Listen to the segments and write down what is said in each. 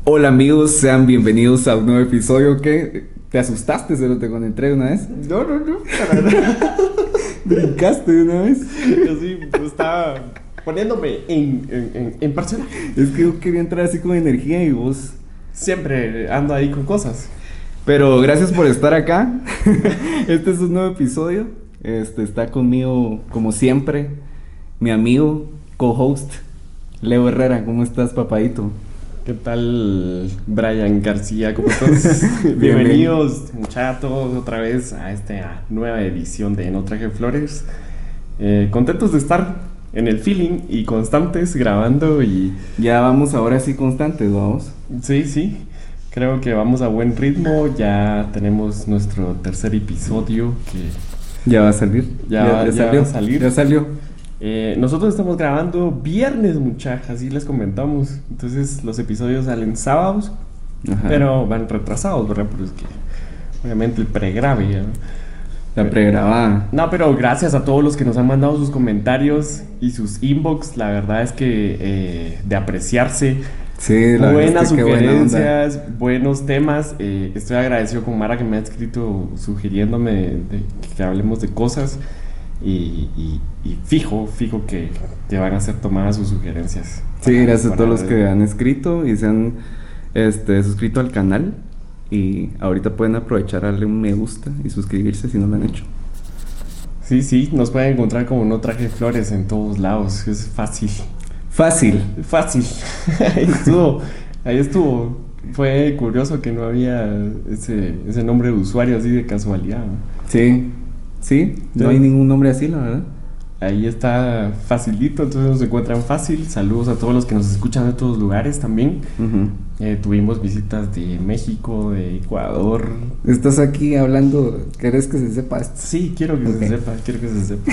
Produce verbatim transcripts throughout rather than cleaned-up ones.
Hola amigos, sean bienvenidos a un nuevo episodio. ¿Qué? ¿Te asustaste Cerote, cuando entré una vez? No, no, no, para nada. ¿Brincaste de una vez? Yo sí estaba poniéndome en, en, en, en personaje. Es que yo quería entrar así con energía y vos... Siempre ando ahí con cosas. Pero gracias por estar acá. Este es un nuevo episodio. Este está conmigo, como siempre, mi amigo, co-host, Leo Herrera. ¿Cómo estás, papadito? ¿Qué tal, Brian García? ¿Cómo estás? Bienvenidos, muchachos, otra vez a esta nueva edición de No Traje Flores. Eh, contentos de estar en el feeling y constantes grabando y... Ya vamos ahora sí constantes, vamos. Sí, sí, creo que vamos a buen ritmo. Ya tenemos nuestro tercer episodio que... Ya va a salir. Ya, ya, ya ya salió. va a salir. Ya salió. Eh, nosotros estamos grabando viernes, muchachas, así les comentamos. Entonces los episodios salen sábados, ajá, pero van retrasados, ¿verdad? Pero es que obviamente el pregrave, ¿ya? La pregrabada. No, pero gracias a todos los que nos han mandado sus comentarios y sus inbox. La verdad es que eh, de apreciarse. Sí, la buenas verdad es que sugerencias, buena buenos temas. Eh, estoy agradecido con Mara que me ha escrito sugiriéndome de, de, que hablemos de cosas. Y, y, y fijo, fijo que, que van a ser tomadas sus sugerencias. Sí, para, gracias para a todos los que han escrito y se han este, suscrito al canal. Y ahorita pueden aprovechar a darle un me gusta y suscribirse si no lo han hecho. Sí, sí, nos pueden encontrar como No Traje Flores en todos lados. Es fácil. Fácil. Fácil. Ahí estuvo. Ahí estuvo. Fue curioso que no había ese, ese nombre de usuario así de casualidad, ¿no? Sí. Sí, no sí. hay ningún nombre así, la verdad. Ahí está facilito, entonces nos encuentran fácil. Saludos a todos los que nos escuchan de otros lugares también. Uh-huh. eh, Tuvimos visitas de México, de Ecuador. ¿Estás aquí hablando? ¿Querés que se sepa esto? Sí, quiero que okay. se sepa, quiero que se sepa.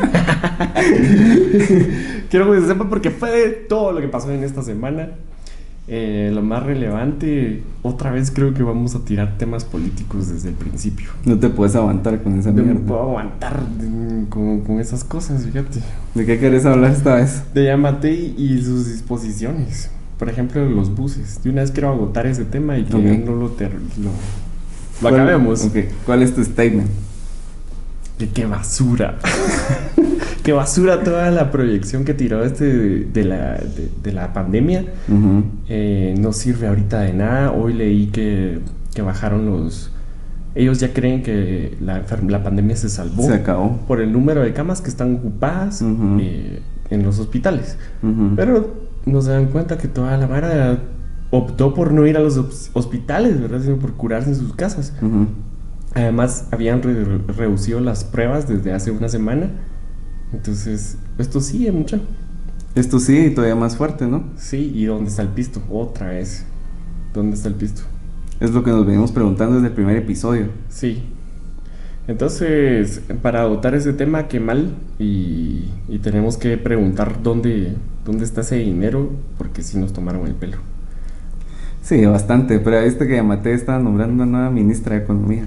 Quiero que se sepa porque fue todo lo que pasó en esta semana. Eh, lo más relevante, otra vez creo que vamos a tirar temas políticos desde el principio. No te puedes aguantar con esa no mierda. No puedo aguantar con, con esas cosas, fíjate. ¿De qué querés hablar esta vez? De Yamatei y sus disposiciones. Por ejemplo, los buses. De una vez quiero agotar ese tema y que okay. no lo, ter- lo, lo acabemos. Okay. ¿Cuál es tu statement? De qué basura. Qué basura toda la proyección que tiró este de, de, la, de, de la pandemia. Uh-huh. Eh, no sirve ahorita de nada. Hoy leí que, que bajaron los... Ellos ya creen que la, la pandemia se salvó. Se acabó. Por el número de camas que están ocupadas uh-huh. eh, en los hospitales. Uh-huh. Pero no se dan cuenta que toda la mara optó por no ir a los hospitales, ¿verdad? Sino por curarse en sus casas. Uh-huh. Además, habían re- reducido las pruebas desde hace una semana. Entonces, esto sigue mucho. Esto sí, todavía más fuerte, ¿no? Sí, ¿y dónde está el pisto? Otra vez. ¿Dónde está el pisto? Es lo que nos venimos preguntando desde el primer episodio. Sí. Entonces, para agotar ese tema, qué mal. Y, y tenemos que preguntar dónde, dónde está ese dinero, porque sí nos tomaron el pelo. Sí, bastante. Pero viste que Yamatei estaba nombrando una nueva ministra de Economía.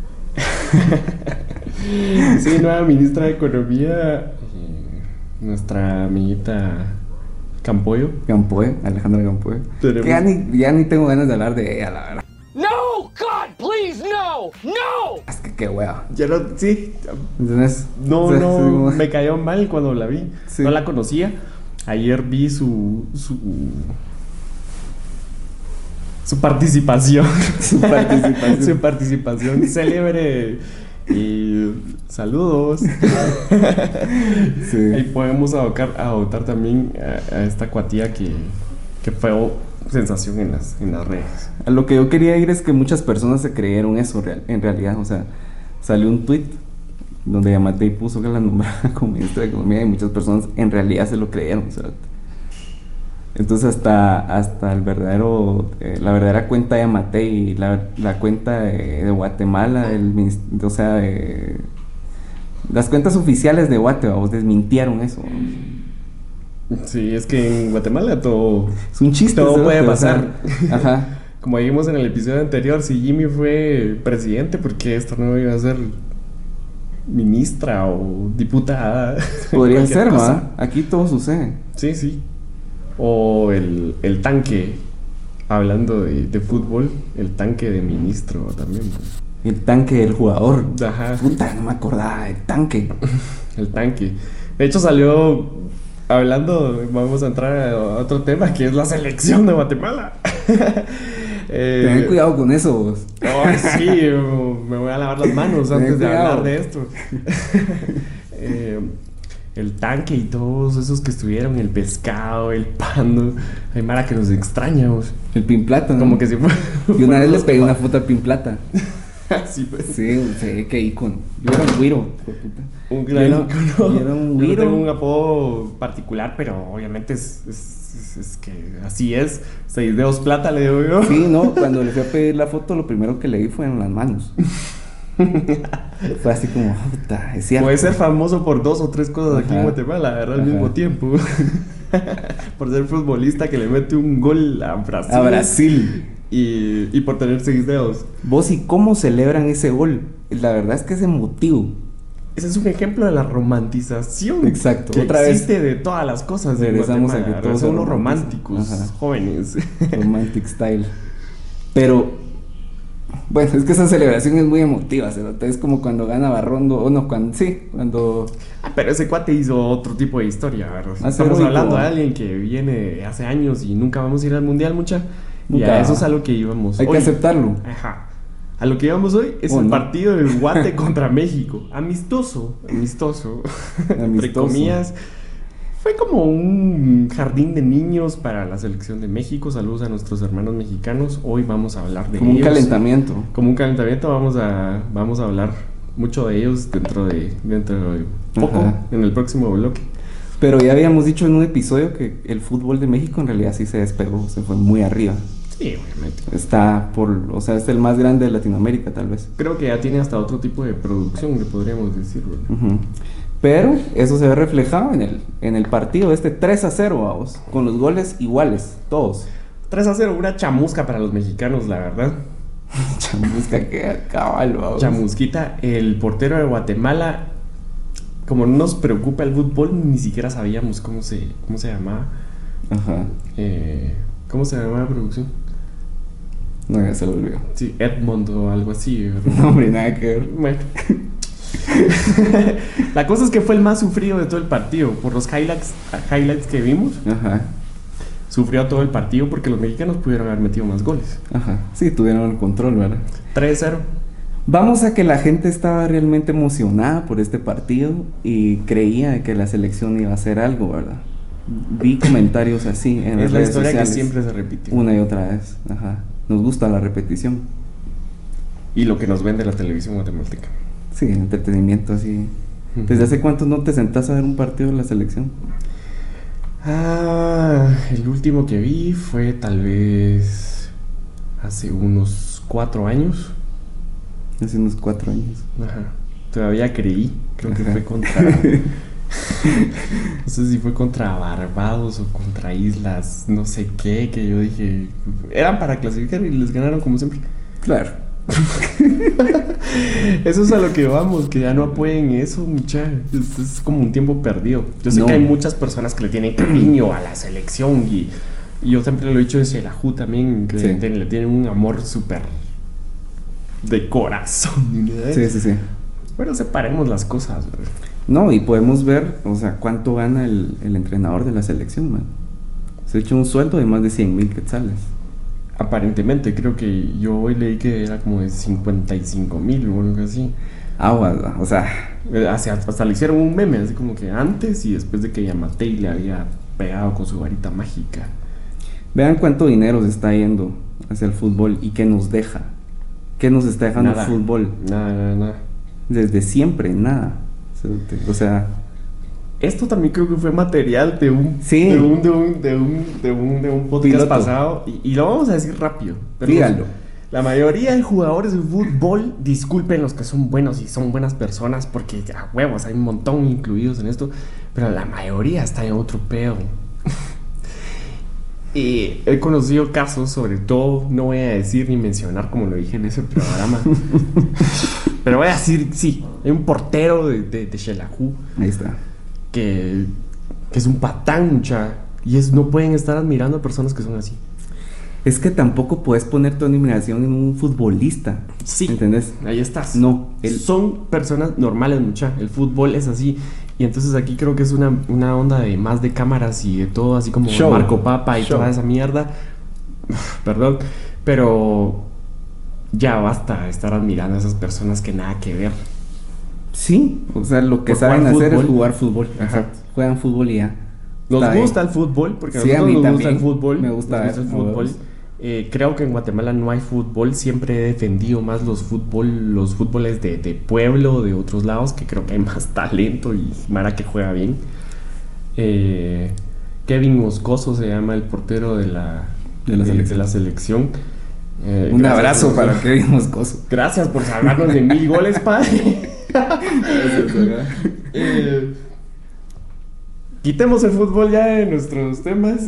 Sí, nueva ministra de Economía, eh, nuestra amiguita Campoyo. Campoyo, Alejandra Campoyo. Que ya ni, ya ni tengo ganas de hablar de ella, la verdad. No, God, please, no, no. Es que qué wea. Ya no, sí. ¿Entendés? No, o sea, no, sí, como... me cayó mal cuando la vi. Sí. No la conocía. Ayer vi su su su participación. Su participación. Su participación célebre. Y saludos. Sí. Y podemos adoptar, adoptar también a, a esta cuatía que, que fue sensación en las, en las redes. A lo que yo quería ir es que muchas personas se creyeron eso real, en realidad. O sea, salió un tweet donde Yamatei puso que la nombraba como ministra de Economía y muchas personas en realidad se lo creyeron, o sea, entonces hasta, hasta el verdadero, eh, la verdadera cuenta de Yamatei, la, la cuenta de, de Guatemala, el, o sea, de, las cuentas oficiales de Guatemala desmintieron eso. Sí, es que en Guatemala todo es un chiste, todo ¿sabes? puede pasar. O sea, ajá. Como dijimos en el episodio anterior, si Jimmy fue presidente, ¿por qué esto no iba a ser ministra o diputada? Podría ser, ¿va? Aquí todo sucede. Sí, sí. O el, el tanque hablando de, de fútbol, el tanque de ministro también. El tanque del jugador. Ajá. Puta, no me acordaba del tanque. El tanque. De hecho salió, hablando, vamos a entrar a otro tema, que es la selección de Guatemala. eh, Ten cuidado con eso vos. Oh, sí, me voy a lavar las manos Ten antes de cuidado. hablar de esto. eh, el tanque y todos esos que estuvieron, el pescado, el pando. Hay mara que nos extraña, vos. El Pin Plata, ¿no? Como que si fue. Y una vez le pegué una foto al Pin Plata. Sí, pues. Sí, sí, qué ícono. Yo era un güiro, hijo de puta. Un Yo gran era- ícono. yo era un Yo no güiro. tengo un apodo particular, pero obviamente es, es, es- es que así es. Seis dedos plata, le digo yo. Sí, no, cuando le fui a pedir la foto, lo primero que le di fue en las manos. Fue así como, "Ah, puta, es cierto". Puede ser famoso por dos o tres cosas aquí en Ajá. Guatemala, ¿verdad? Al Ajá. mismo tiempo. Por ser futbolista que le mete un gol a Brasil. A Brasil. Y, y por tener seis dedos. Vos, ¿y cómo celebran ese gol? La verdad es que es emotivo. Ese es un ejemplo de la romantización. Exacto. Que Otra vez existe de todas las cosas. en regresamos a Guatemala, que todos son se unos romantizan. románticos, Ajá. jóvenes. Romantic style. Pero, bueno, es que esa celebración es muy emotiva, ¿cierto? Es como cuando gana Barrondo, o no, cuando, sí, cuando... Ah, pero ese cuate hizo otro tipo de historia, ¿verdad? Más Estamos heroico. hablando de alguien que viene hace años y nunca vamos a ir al mundial, mucha. Y Nunca. a eso es a lo que íbamos Hay hoy. que aceptarlo. Ajá. A lo que íbamos hoy es ¿O el no? partido del Guate contra México. Amistoso. Amistoso. Entre Amistoso. comillas. Fue como un jardín de niños para la selección de México. Saludos a nuestros hermanos mexicanos. Hoy vamos a hablar de Como un ellos. calentamiento. Como un calentamiento vamos a, vamos a hablar mucho de ellos dentro de, dentro de poco, Ajá. en el próximo bloque. Pero ya habíamos dicho en un episodio que el fútbol de México en realidad sí se despegó, se fue muy arriba. Sí, obviamente. Está por, o sea, es el más grande de Latinoamérica tal vez. Creo que ya tiene hasta otro tipo de producción, le podríamos decir, ¿verdad? Ujú. Pero eso se ve reflejado en el, en el partido este tres a cero, vamos, con los goles iguales, todos. tres a cero, una chamusca para los mexicanos, la verdad. Chamusca, que cabal, vamos. Chamusquita, el portero de Guatemala, como no nos preocupa el fútbol, ni siquiera sabíamos cómo se, cómo se llamaba. Ajá. Eh, ¿Cómo se llamaba la producción? No, ya se lo olvidó. Sí, Edmond o algo así, ¿verdad? No, hombre, nada que ver. Bueno. La cosa es que fue el más sufrido de todo el partido. Por los highlights, highlights que vimos, Ajá. sufrió todo el partido porque los mexicanos pudieron haber metido más goles. Ajá. Sí, tuvieron el control, ¿verdad? tres cero. Vamos a que la gente estaba realmente emocionada por este partido y creía que la selección iba a hacer algo, ¿verdad? Vi comentarios así en las Es la redes historia que sociales, siempre se repite. una y otra vez. Ajá. Nos gusta la repetición. Y lo que nos vende la televisión guatemalteca. Sí, entretenimiento así. Ujú. ¿Desde hace cuánto no te sentás a ver un partido de la selección? Ah, el último que vi fue tal vez hace unos cuatro años. Hace unos cuatro años. Ajá. Todavía creí. Creo que Ajá. fue contra. No sé si fue contra Barbados o contra Islas, no sé qué, que yo dije. Eran para clasificar y les ganaron como siempre. Claro. Eso es a lo que vamos, que ya no apoyen eso, mucha. Es, es como un tiempo perdido. Yo sé No. que hay muchas personas que le tienen cariño a la selección y, y yo siempre lo he dicho de Xelajú también, que Sí. te- le tienen un amor súper de corazón. ¿no? Sí, sí, sí. Bueno, separemos las cosas, ¿verdad? No, y podemos ver, o sea, cuánto gana el, el entrenador de la selección, man. Se ha hecho un sueldo de más de cien mil quetzales. Aparentemente, creo que yo hoy leí que era como de cincuenta y cinco mil o algo así. Agua, ¿verdad? O sea, Eh, Hasta, hasta le hicieron un meme, así como que antes y después de que Yamatei le había pegado con su varita mágica. vean cuánto dinero se está yendo hacia el fútbol y qué nos deja. ¿Qué nos está dejando Nada. el fútbol? Nada, nada, nada. Desde siempre, nada. O sea, Esto también creo que fue material de un, Sí. de un, de un, de un, de un, de un podcast Piloto. pasado. Y, y lo vamos a decir rápido. Pero dígalo. los- La mayoría de jugadores de fútbol, disculpen los que son buenos y son buenas personas, porque a huevos hay un montón incluidos en esto, pero la mayoría está en otro pedo. Y he conocido casos, sobre todo, no voy a decir ni mencionar como lo dije en ese programa, pero voy a decir, sí, hay un portero de, de, de Xelajú Ahí está. que, que es un patán, mucha, y es, no pueden estar admirando a personas que son así. Es que tampoco puedes poner tu admiración en un futbolista. Sí. ¿Entendés? Ahí estás. No. El... Son personas normales, mucha. El fútbol es así. Y entonces aquí creo que es una, una onda de más de cámaras y de todo, así como Show. Marco Papa y Show. toda esa mierda. Perdón. Pero ya basta de estar admirando a esas personas que nada que ver. Sí, o sea, lo que Por saben jugar hacer fútbol. es jugar fútbol. Ajá. Exacto. Juegan fútbol y ya. Nos Está gusta bien. el fútbol, porque a Sí, a nosotros mí nos gusta el también. fútbol. Me gusta nos gusta el ver, fútbol. todos. Eh, creo que en Guatemala no hay fútbol. Siempre he defendido más los fútbol, los fútboles de, de pueblo, de otros lados, que creo que hay más talento y Mara que juega bien. Eh, Kevin Moscoso se llama el portero de la, De la de- selección. de la selección. Eh, Un gracias abrazo por- para Kevin Moscoso. Gracias por salvarnos de mil goles, padre. Eh, quitemos el fútbol ya de nuestros temas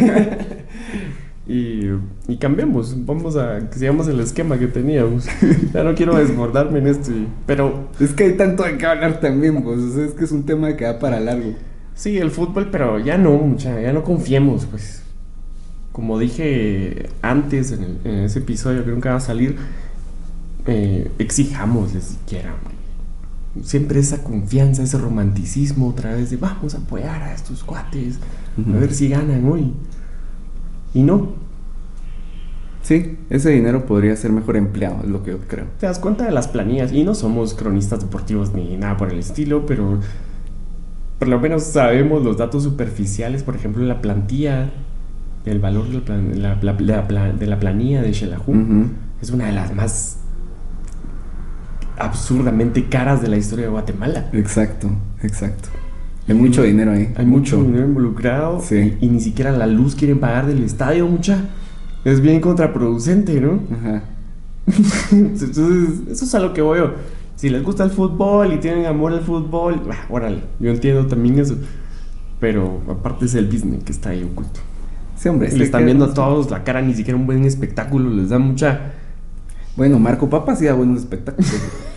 y, y cambiemos. Vamos a que sigamos el esquema que teníamos. Ya no quiero desbordarme en esto, y- pero Es que hay tanto de qué hablar también, pues. O sea, es que es un tema que va para largo. sí, el fútbol, pero ya no, mucha, ya no confiemos, pues. Como dije antes en, el- en ese episodio que nunca va a salir, eh, exijámosle siquiera, hombre. Siempre esa confianza, ese romanticismo otra vez de vamos a apoyar a estos cuates, Ujú. a ver si ganan hoy. Y no, Sí, ese dinero podría ser mejor empleado, es lo que yo creo. te das cuenta de las planillas. Y no somos cronistas deportivos ni nada por el estilo, pero por lo menos sabemos los datos superficiales. Por ejemplo, la plantilla, el valor del plan- la- la- la pla- de la planilla de Xelajú Ujú. es una de las más absurdamente caras de la historia de Guatemala. Exacto, exacto. Hay mucho dinero ahí. Hay mucho dinero involucrado, Sí. y, y ni siquiera la luz quieren pagar del estadio, mucha. Es bien contraproducente, ¿no? Ajá. Entonces, eso es a lo que voy yo. Si les gusta el fútbol y tienen amor al fútbol, bah, órale, yo entiendo también eso. Pero aparte es el business que está ahí oculto. Sí, hombre. Le sí están que- viendo a todos la cara, ni siquiera un buen espectáculo, les da mucha... Bueno, Marco Papa hacía buenos espectáculos.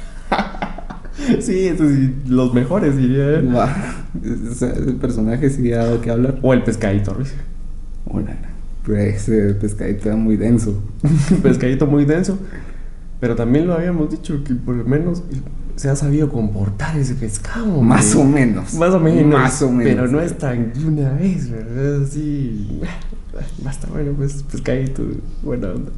Sí, eso sí, los mejores, diría. Va. O sea, el personaje sí ha dado que hablar. O el pescadito, Ruiz. Hola. Pero ese pescadito era muy denso. Un pescadito muy denso. Pero también lo habíamos dicho, que por lo menos se ha sabido comportar ese pescado. hombre. Más o menos. Más o menos. Más o menos. Pero no es tan de una vez, ¿verdad? Así. Basta, bueno, pues pescadito. Buena onda.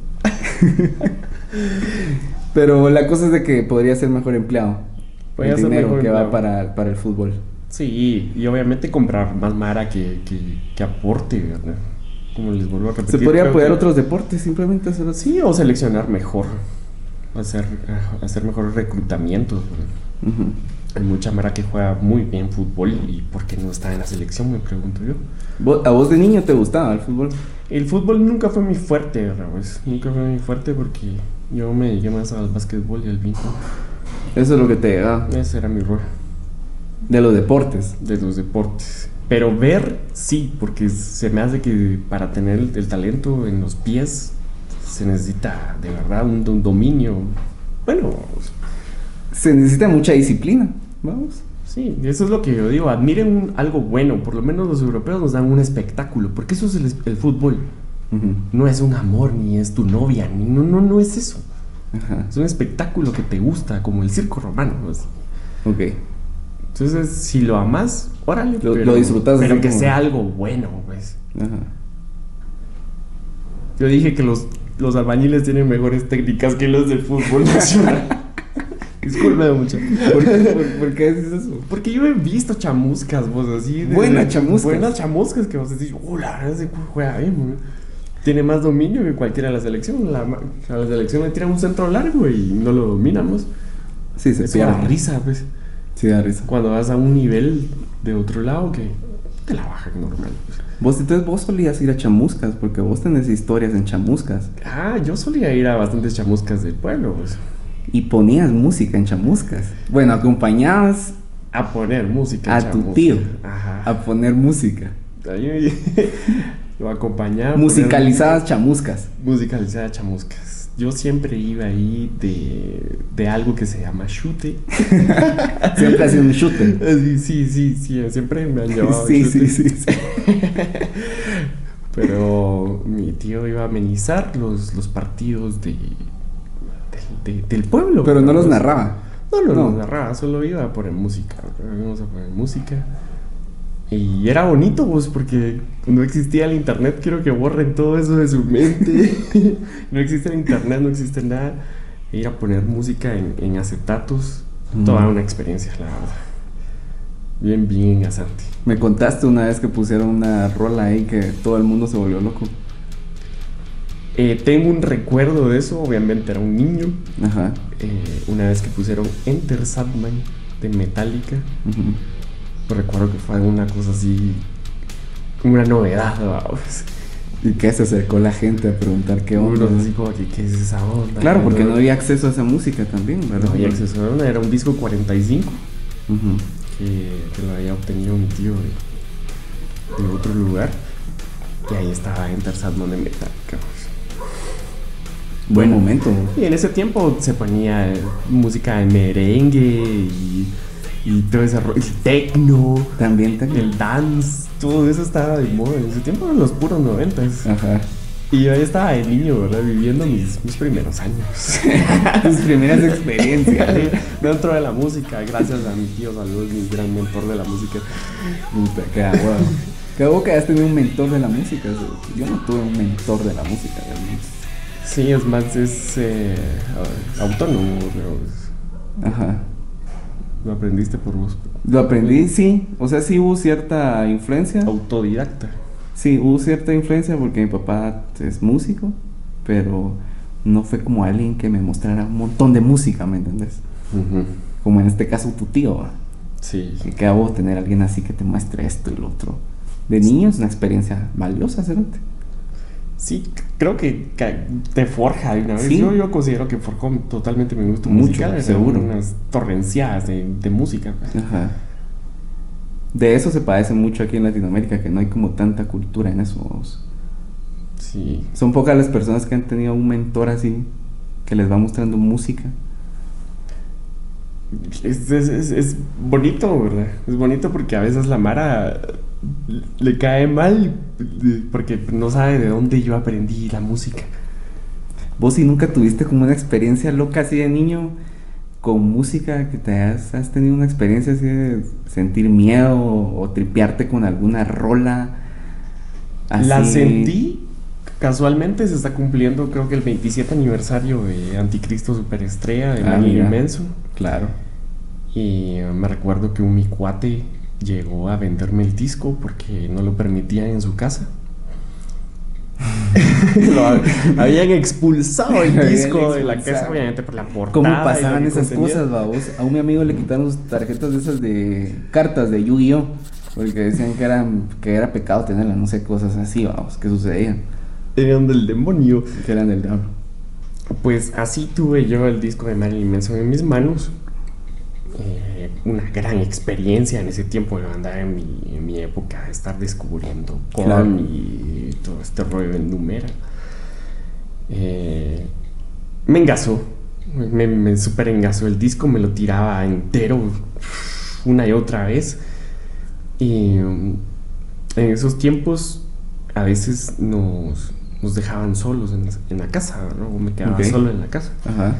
Pero la cosa es de que podría ser mejor empleado. Podría el ser dinero mejor que empleado. va para, para el fútbol. Sí, y obviamente comprar más Mara que, que, que aporte, ¿verdad? Como les vuelvo a repetir. Se podría creo apoyar que- otros deportes, simplemente hacerlo así. Sí, o seleccionar mejor. Hacer, eh, hacer mejores reclutamientos, ¿verdad? Ujú. Hay mucha Mara que juega muy bien fútbol y ¿por qué no está en la selección? Me pregunto yo. ¿Vos- ¿A vos de niño te gustaba el fútbol? El fútbol nunca fue mi fuerte, ¿verdad? Pues, nunca fue mi fuerte porque yo me dediqué más al básquetbol y al bingo. Eso es lo que te llegaba. Ese era mi rol De los deportes. de los deportes. Pero ver, sí, porque se me hace que para tener el, el talento en los pies se necesita de verdad un, un dominio. Bueno, Se necesita mucha disciplina. Vamos. sí, eso es lo que yo digo. Admiren un- algo bueno. Por lo menos los europeos nos dan un espectáculo. Porque eso es el, el fútbol. Ujú. No es un amor, ni es tu novia, ni, no, no, no es eso. Ajá. Es un espectáculo que te gusta, como el circo romano. Pues. Ok. Entonces, si lo amas, órale. Lo- pero, lo disfrutas Pero así que como- sea algo bueno, pues. Ajá. Yo dije que los, los albañiles tienen mejores técnicas que los del fútbol nacional. Disculpe mucho. ¿Por, por, por qué dices eso? Porque yo he visto chamuscas, vos, así. de- Buenas chamuscas. Buenas chamuscas que vos decís, oh, la verdad es que juega bien, güey. Tiene más dominio que cualquiera de la selección. La, ma- a la selección le tiran un centro largo y no lo dominamos. Sí, se Eso da pierde. risa, pues. Sí, da risa. Cuando vas a un nivel de otro lado que te la bajan normal, pues. Vos, entonces vos solías ir a chamuscas, porque vos tenés historias en chamuscas. Ah, yo solía ir a bastantes chamuscas del pueblo, pues. Y ponías música en chamuscas. Bueno, acompañabas A poner música. a en tu chamusca. tío Ajá. a poner música. Ahí lo acompañaba. a Musicalizadas chamuscas. poner- Musicalizadas chamuscas. Yo siempre iba ahí de, de algo que se llama chute. Siempre hacía un shooter. Sí, sí, sí, sí, siempre me han llevado. Sí, chute. sí, sí, sí. Pero mi tío iba a amenizar los, los partidos de, de- de- del pueblo. Pero no los Pues, narraba. No, no, No. no narraba, solo iba a poner música. Íbamos a poner música. Y era bonito, pues, porque no existía el internet. Quiero que borren todo eso de su mente. No existe el internet, no existe nada. E ir a poner música en, en acetatos, Mm. toda una experiencia, la verdad. Bien, bien engasante. Me contaste una vez que pusieron una rola ahí que todo el mundo se volvió loco. Eh, tengo un recuerdo de eso, obviamente era un niño. Ajá. Eh, una vez que pusieron Enter Sandman de Metallica, Ujú. recuerdo que fue una cosa así, una novedad, vamos. ¿Y qué? Se acercó la gente a preguntar qué onda. Uno así como que, ¿qué es esa onda? Claro, porque no había acceso a esa música también, ¿verdad? No había acceso a una, era un disco cuarenta y cinco Ujú. que, que lo había obtenido mi tío de, de otro lugar. Y ahí estaba Enter Sandman de Metallica. Buen Bueno. momento. Y en ese tiempo se ponía eh, música de merengue y, y todo ese rollo, el techno, También te... el dance, todo eso estaba de moda. En ese tiempo eran los puros noventas. Ajá. Y yo ahí estaba de niño, ¿verdad? Viviendo mis, mis primeros años. Tus primeras experiencias. Dentro de la música, gracias a mi tío Salud, mi gran mentor de la música. Puta, qué agua. Qué agua que has tenido un mentor de la música. Yo no tuve un mentor de la música, realmente. Sí, es más, es eh, autónomo, pero Ajá. lo aprendiste por vos. Lo aprendí, sí. O sea, sí hubo cierta influencia. Autodidacta. Sí, hubo cierta influencia porque mi papá es músico, pero no fue como alguien que me mostrara un montón de música, ¿me entendés? Ujú. Como en este caso tu tío, ¿va? Sí. Que queda vos tener a alguien así que te muestre esto y lo otro. De niño es una experiencia valiosa, ¿cierto? Sí, c- creo que, que te forja de una vez. Sí. Yo, yo considero que forjó totalmente mi gusto Mucho, musical. Eran seguro. unas torrenciadas de, de música. Ajá. De eso se padece mucho aquí en Latinoamérica, que no hay como tanta cultura en eso. vamos. Sí. Son pocas las personas que han tenido un mentor así, que les va mostrando música. Es, es, es, es bonito, ¿verdad? Es bonito porque a veces la Mara le cae mal porque no sabe de dónde yo aprendí la música. Vos si nunca tuviste como una experiencia loca así de niño con música, que te has, has tenido una experiencia así de sentir miedo o, o tripearte con alguna rola. Así. La sentí, casualmente se está cumpliendo creo que el veintisiete aniversario de Anticristo Superestrella de Ah, Marilyn mira. Manson. Claro. Y eh, me recuerdo que un mi cuate llegó a venderme el disco porque no lo permitían en su casa. Lo hab- habían expulsado el Habían disco de la expulsado. casa, obviamente por la portada. ¿Cómo y lo pasaban que esas contenía. cosas, babos? A un mi amigo le quitaron sus tarjetas de esas de cartas de Yu-Gi-Oh! Porque decían que, eran, que era pecado tenerlas, no sé, cosas así, vamos, que sucedían, Eran del demonio. que eran del diablo. Pues así tuve yo el disco de Marilyn Manson en mis manos. Eh, una gran experiencia en ese tiempo. Yo andaba en mi, en mi época de estar descubriendo Korn Claro. y todo este rollo del número. Eh, me engasó, me, me super engasó el disco, me lo tiraba entero una y otra vez. Y um, en esos tiempos a veces nos, nos dejaban solos en, en la casa, ¿no? O me quedaba Ok. solo en la casa. Ajá.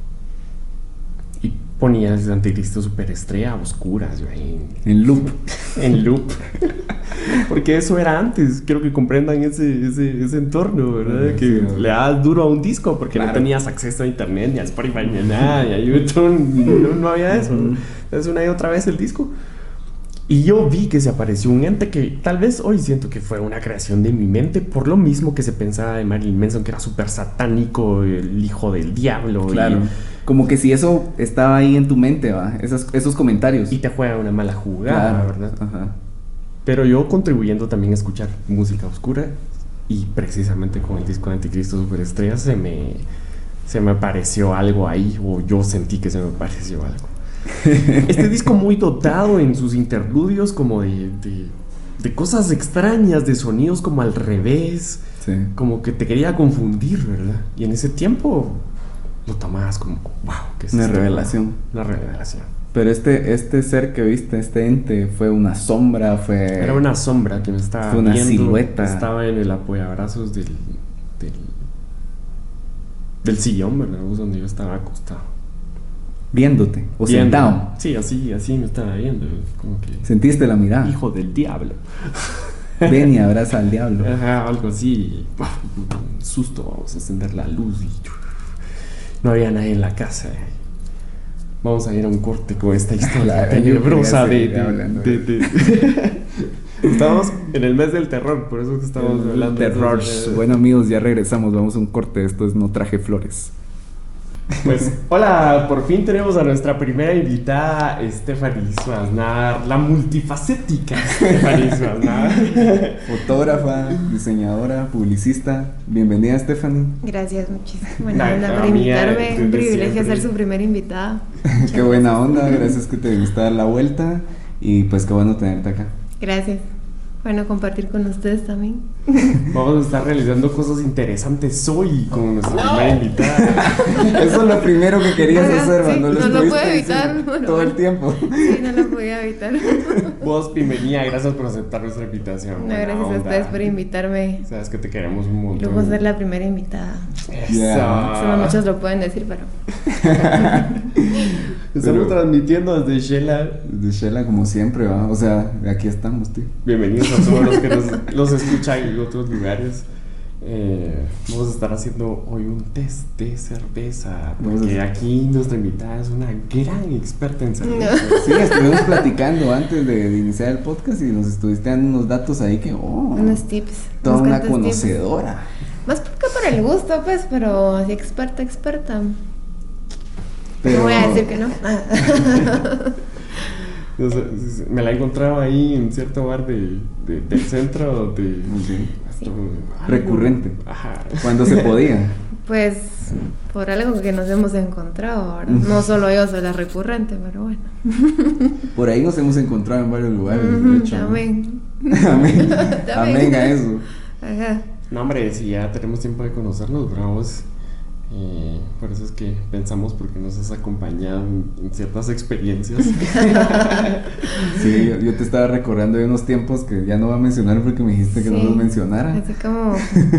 Y ponías Anticristo Superestrella a oscuras, yo ahí En loop. en loop. Porque eso era antes. Quiero que comprendan ese, ese, ese entorno, ¿verdad? Sí, Que sí. le dabas duro a un disco porque Claro. no tenías acceso a internet, ni a Spotify, ni a nada, ni a YouTube. No, no había eso. Ujú. Entonces, una y otra vez el disco. Y yo vi que se apareció un ente que tal vez hoy siento que fue una creación de mi mente, por lo mismo que se pensaba de Marilyn Manson, que era súper satánico, el hijo del diablo. Claro. Y, Como que si eso estaba ahí en tu mente, va, esos, esos comentarios. y te juega una mala jugada, Claro. ¿verdad? Ajá. Pero yo contribuyendo también a escuchar música oscura y precisamente con el disco de Anticristo Superestrella se me, se me apareció algo ahí, o yo sentí que se me apareció algo. Este disco muy dotado en sus interludios como de, de, de cosas extrañas, de sonidos como al revés, Sí. como que te quería confundir, ¿verdad? Y en ese tiempo lo tomabas como, wow, ¿qué es Una esto? revelación. Una revelación. Pero este, este ser que viste, este ente, fue una sombra, fue... Era una sombra que me estaba Fue una viendo. silueta. Estaba en el apoyabrazos del, del, del sillón, ¿verdad? Donde yo estaba acostado. Viéndote, o Viendo. sentado. Sí, así, así me estaba viendo. Como que, Sentiste la mirada. hijo del diablo. Ven y abraza al diablo. Ajá, algo así. Un susto, vamos a encender la luz y no había nadie en la casa. Vamos a ir a un corte con esta historia La- tenebrosa yo de, quería de, seguir hablando de- de- Estamos en el mes del terror, por eso que estamos hablando Terror. de Bueno, amigos, ya regresamos. Vamos a un corte. Esto es No Traje Flores. Pues, hola, por fin tenemos a nuestra primera invitada, Stephanie Suaznar, la multifacética Stephanie Suaznar. Fotógrafa, diseñadora, publicista. Bienvenida, Stephanie. Gracias, muchísimas. Buena Ay, onda por amiga, invitarme. desde Un privilegio siempre. ser su primera invitada. Qué buena onda. Gracias que te viniste a dar la vuelta. Y pues qué bueno tenerte acá. Gracias. Bueno, compartir con ustedes también. Vamos a estar realizando cosas interesantes hoy con nuestra primera invitada. Eso es lo primero que querías Ajá, hacer, sí, ¿no? no lo estuviste puedo evitar, diciendo bueno, todo el bueno. tiempo. Sí, no lo podía evitar. Vos, bienvenida, gracias por aceptar nuestra invitación. No, Buena gracias a onda. ustedes por invitarme. Sabes que te queremos un montón. Luego ser la primera invitada. Eso. Yeah. Solo muchos lo pueden decir, pero Estamos Pero- transmitiendo desde Shela. De Shela, como siempre, ¿va? O sea, aquí estamos, tío. Bienvenidos a todos los que nos, los escuchan en otros lugares. Eh, vamos a estar haciendo hoy un test de cerveza. Vamos Porque a- aquí nuestra invitada es una gran experta en cerveza. Sí, estuvimos platicando antes de, de iniciar el podcast y nos estuviste dando unos datos ahí que, oh, unos tips. toda unos una cuantos tips. conocedora. Más que por el gusto, pues, pero así experta, experta. Pero, No voy a decir que no. O sea, me la he encontrado ahí en cierto bar de, de- del centro de, Sí. Sí. Recurrente. Ajá. Cuando se podía. Pues por algo que nos hemos encontrado ahora. No solo yo soy la recurrente, pero bueno. Por ahí nos hemos encontrado en varios lugares, de Ujú, hecho. ¿no? Amén. Amén. También. Amén a eso. Ajá. No, hombre, si ya tenemos tiempo de conocernos, bravos. Eh, por eso es que pensamos porque nos has acompañado en, en ciertas experiencias. Sí, yo, yo te estaba recordando de unos tiempos que ya no voy a mencionar porque me dijiste que no Sí. los mencionara. Así como.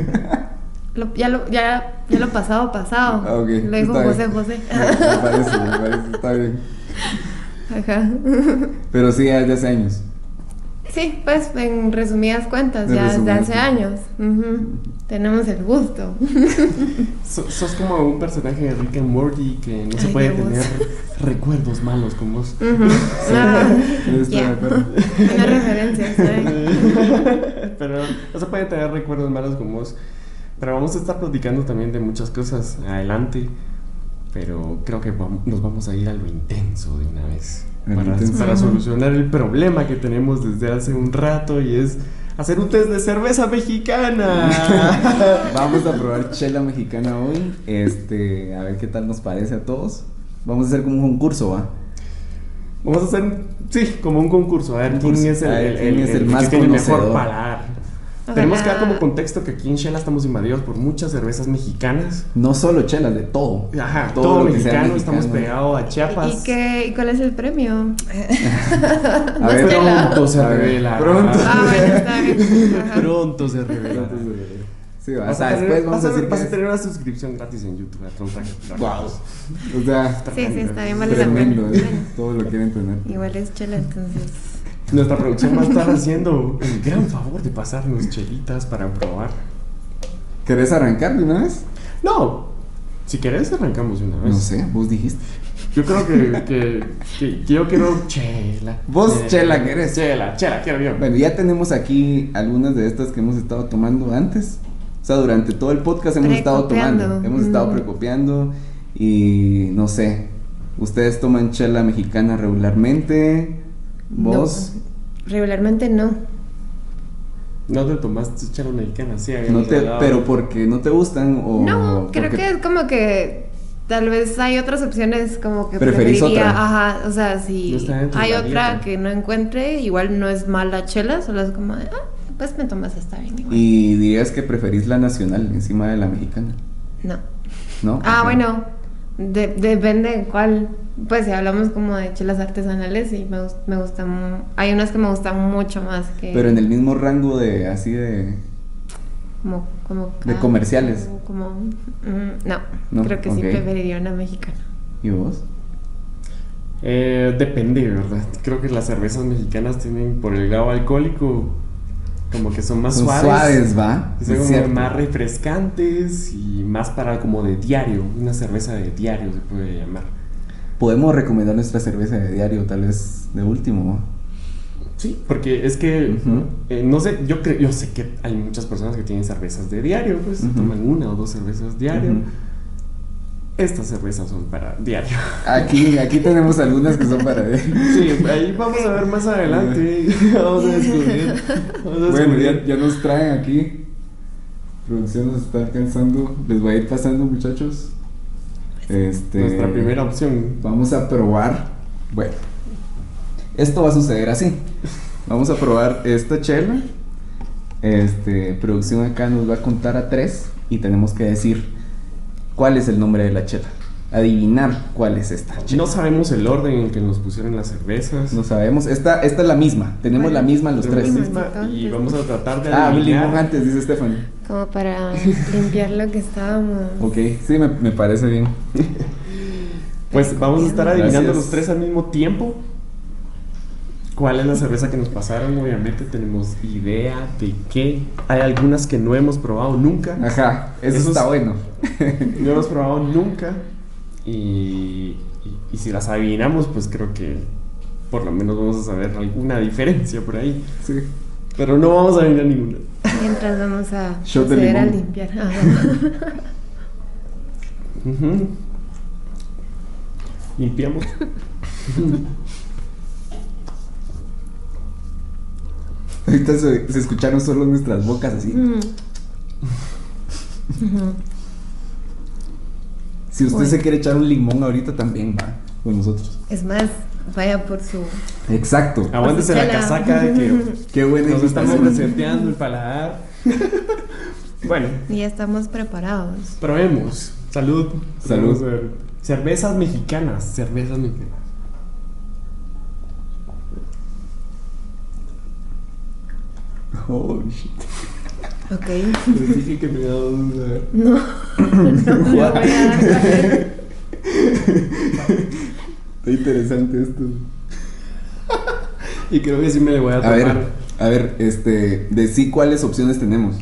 Lo- ya, lo, ya, ya lo pasado, pasado. Ah, ok, Lo dijo está José bien. José. Me, me parece, me parece, está bien. Ajá. Pero sí, ya desde hace años. Sí, pues en resumidas cuentas, En ya desde resumidas hace cuentas. años. Ujú. Tenemos el gusto. So- sos como un personaje de Rick and Morty que no se Ay, puede Dios. tener recuerdos malos con vos. Ujú. Ah, Yo estoy de ya. acuerdo. Una referencia, ¿sabes? Pero no se puede tener recuerdos malos con vos. Pero vamos a estar platicando también de muchas cosas adelante. Pero creo que vam- nos vamos a ir a lo intenso de una vez. A lo Para, intenso. para solucionar el problema que tenemos desde hace un rato y es hacer un test de cerveza mexicana. Vamos a probar chela mexicana hoy. Este, a ver qué tal nos parece a todos. Vamos a hacer como un concurso, ¿va? Vamos a hacer, sí, como un concurso. A ver quién Concurso. es el, A ver el- quién el- es el el más que tiene mejor conocedor. paladar. Ojalá. Tenemos que dar como contexto que aquí en Shela estamos invadidos por muchas cervezas mexicanas. No solo chelas, de todo. Ajá, todo, lo que sea mexicano, estamos mexicano. pegados a Chiapas. ¿Y, qué, ¿Y cuál es el premio? A Más ver, chela. Pronto se A ver, revela. pronto. Ah, bueno, está bien. Ajá. Pronto se revela. Sí, va, o Vas, sea, a tener, después vamos vas a a, decir que vas a es- tener una suscripción gratis en YouTube. A Trontraje. Wow. O sea, Sí, sí, está bien, vale la tremendo, pena. ¿eh? Todo lo quieren tener. Igual es chela, entonces. Nuestra producción va a estar haciendo el gran favor de pasarnos chelitas para probar. ¿Querés arrancar de una vez? No, si querés arrancamos de una vez. No sé, vos dijiste. Yo creo que, que, que- que yo quiero chela. Vos Eh, chela querés. Chela, chela, quiero yo. Bueno, ya tenemos aquí algunas de estas que hemos estado tomando antes. O sea, durante todo el podcast hemos estado Precopiando. tomando. Hemos estado Mm. precopiando. Y no sé, ¿ustedes toman chela mexicana regularmente? ¿Vos? No, regularmente no. No te tomaste chela mexicana, sí, No, habíamos te, hablado. pero porque no te gustan o No, creo porque- que es como que tal vez hay otras opciones como que ¿Preferís preferiría, otra? ajá, o sea, si No está dentro de hay la otra dieta. que no encuentre, igual no es mala chela, solo es como, de, ah, pues me tomas esta bien igual. Y dirías que preferís la nacional encima de la mexicana, No. ¿no? Ah, Ok. bueno, de- depende de cuál. Pues si hablamos como de chelas artesanales, sí, me, gus- me gustan. mu- Hay unas que me gustan mucho más que. Pero en el mismo rango de así de... Como, como De ca- comerciales. Como, mm, no, No, creo que sí ok. preferiría una mexicana. ¿Y vos? Eh, depende, ¿verdad? Creo que las cervezas mexicanas tienen, por el grado alcohólico, como que son más Son suaves. suaves, ¿va? Y son Es como cierto. más refrescantes y más para como de diario. Una cerveza de diario se puede llamar. Podemos recomendar nuestra cerveza de diario, tal vez de último, ¿va? Sí, porque es que, Ujú. eh, no sé, yo creo, yo sé que hay muchas personas que tienen cervezas de diario, pues Ujú. toman una o dos cervezas diario. Ujú. Estas cervezas son para diario. Aquí, aquí tenemos algunas que son para... Sí, ahí vamos a ver más adelante. Vamos a descubrir. Vamos a Bueno, descubrir. ya, ya nos traen aquí. Producción nos está alcanzando. Les voy a ir pasando, muchachos. Este, Nuestra primera opción. Vamos a probar. Bueno, esto va a suceder así. Vamos a probar esta chela. Este, producción acá nos va a contar a tres y tenemos que decir cuál es el nombre de la chela. Adivinar cuál es esta chela. No sabemos el orden en que nos pusieron las cervezas. No sabemos. Esta, esta es la misma. Tenemos Bueno, la misma los Tenemos tres. la misma y vamos a tratar de Ah, un limón adivinar. antes, dice Stephanie. Como para limpiar lo que estábamos. Ok, sí, me, me parece bien. Pues vamos a estar adivinando Gracias. los tres al mismo tiempo. ¿Cuál es la cerveza que nos pasaron? Obviamente tenemos idea de qué. Hay algunas que no hemos probado nunca. Ajá, eso Esos- está bueno. No hemos probado nunca. Y, y, y si las adivinamos, pues creo que por lo menos vamos a saber alguna diferencia por ahí. Sí. Pero no vamos a adivinar ninguna. Mientras vamos a Shot de proceder a limón. limpiar. Ajá. Ujú. Limpiamos. Ahorita se, se escucharon solo nuestras bocas así. Mm. Ujú. Si usted Bueno. se quiere echar un limón ahorita también va con nosotros. Es más, vaya por su. Exacto. Aguántese la Chela. casaca de que Qué buena nos estamos invitación. reseteando el paladar. Bueno, Y ya estamos preparados. probemos. Salud. Salud. Vamos a ver. Cervezas mexicanas. Cervezas mexicanas. Oh, shit. Ok. Les dije que me daba duda. No. No me voy a dar cuenta. Está interesante esto. Y creo que sí me le voy a A tomar. ver, a ver, este, decí cuáles opciones tenemos.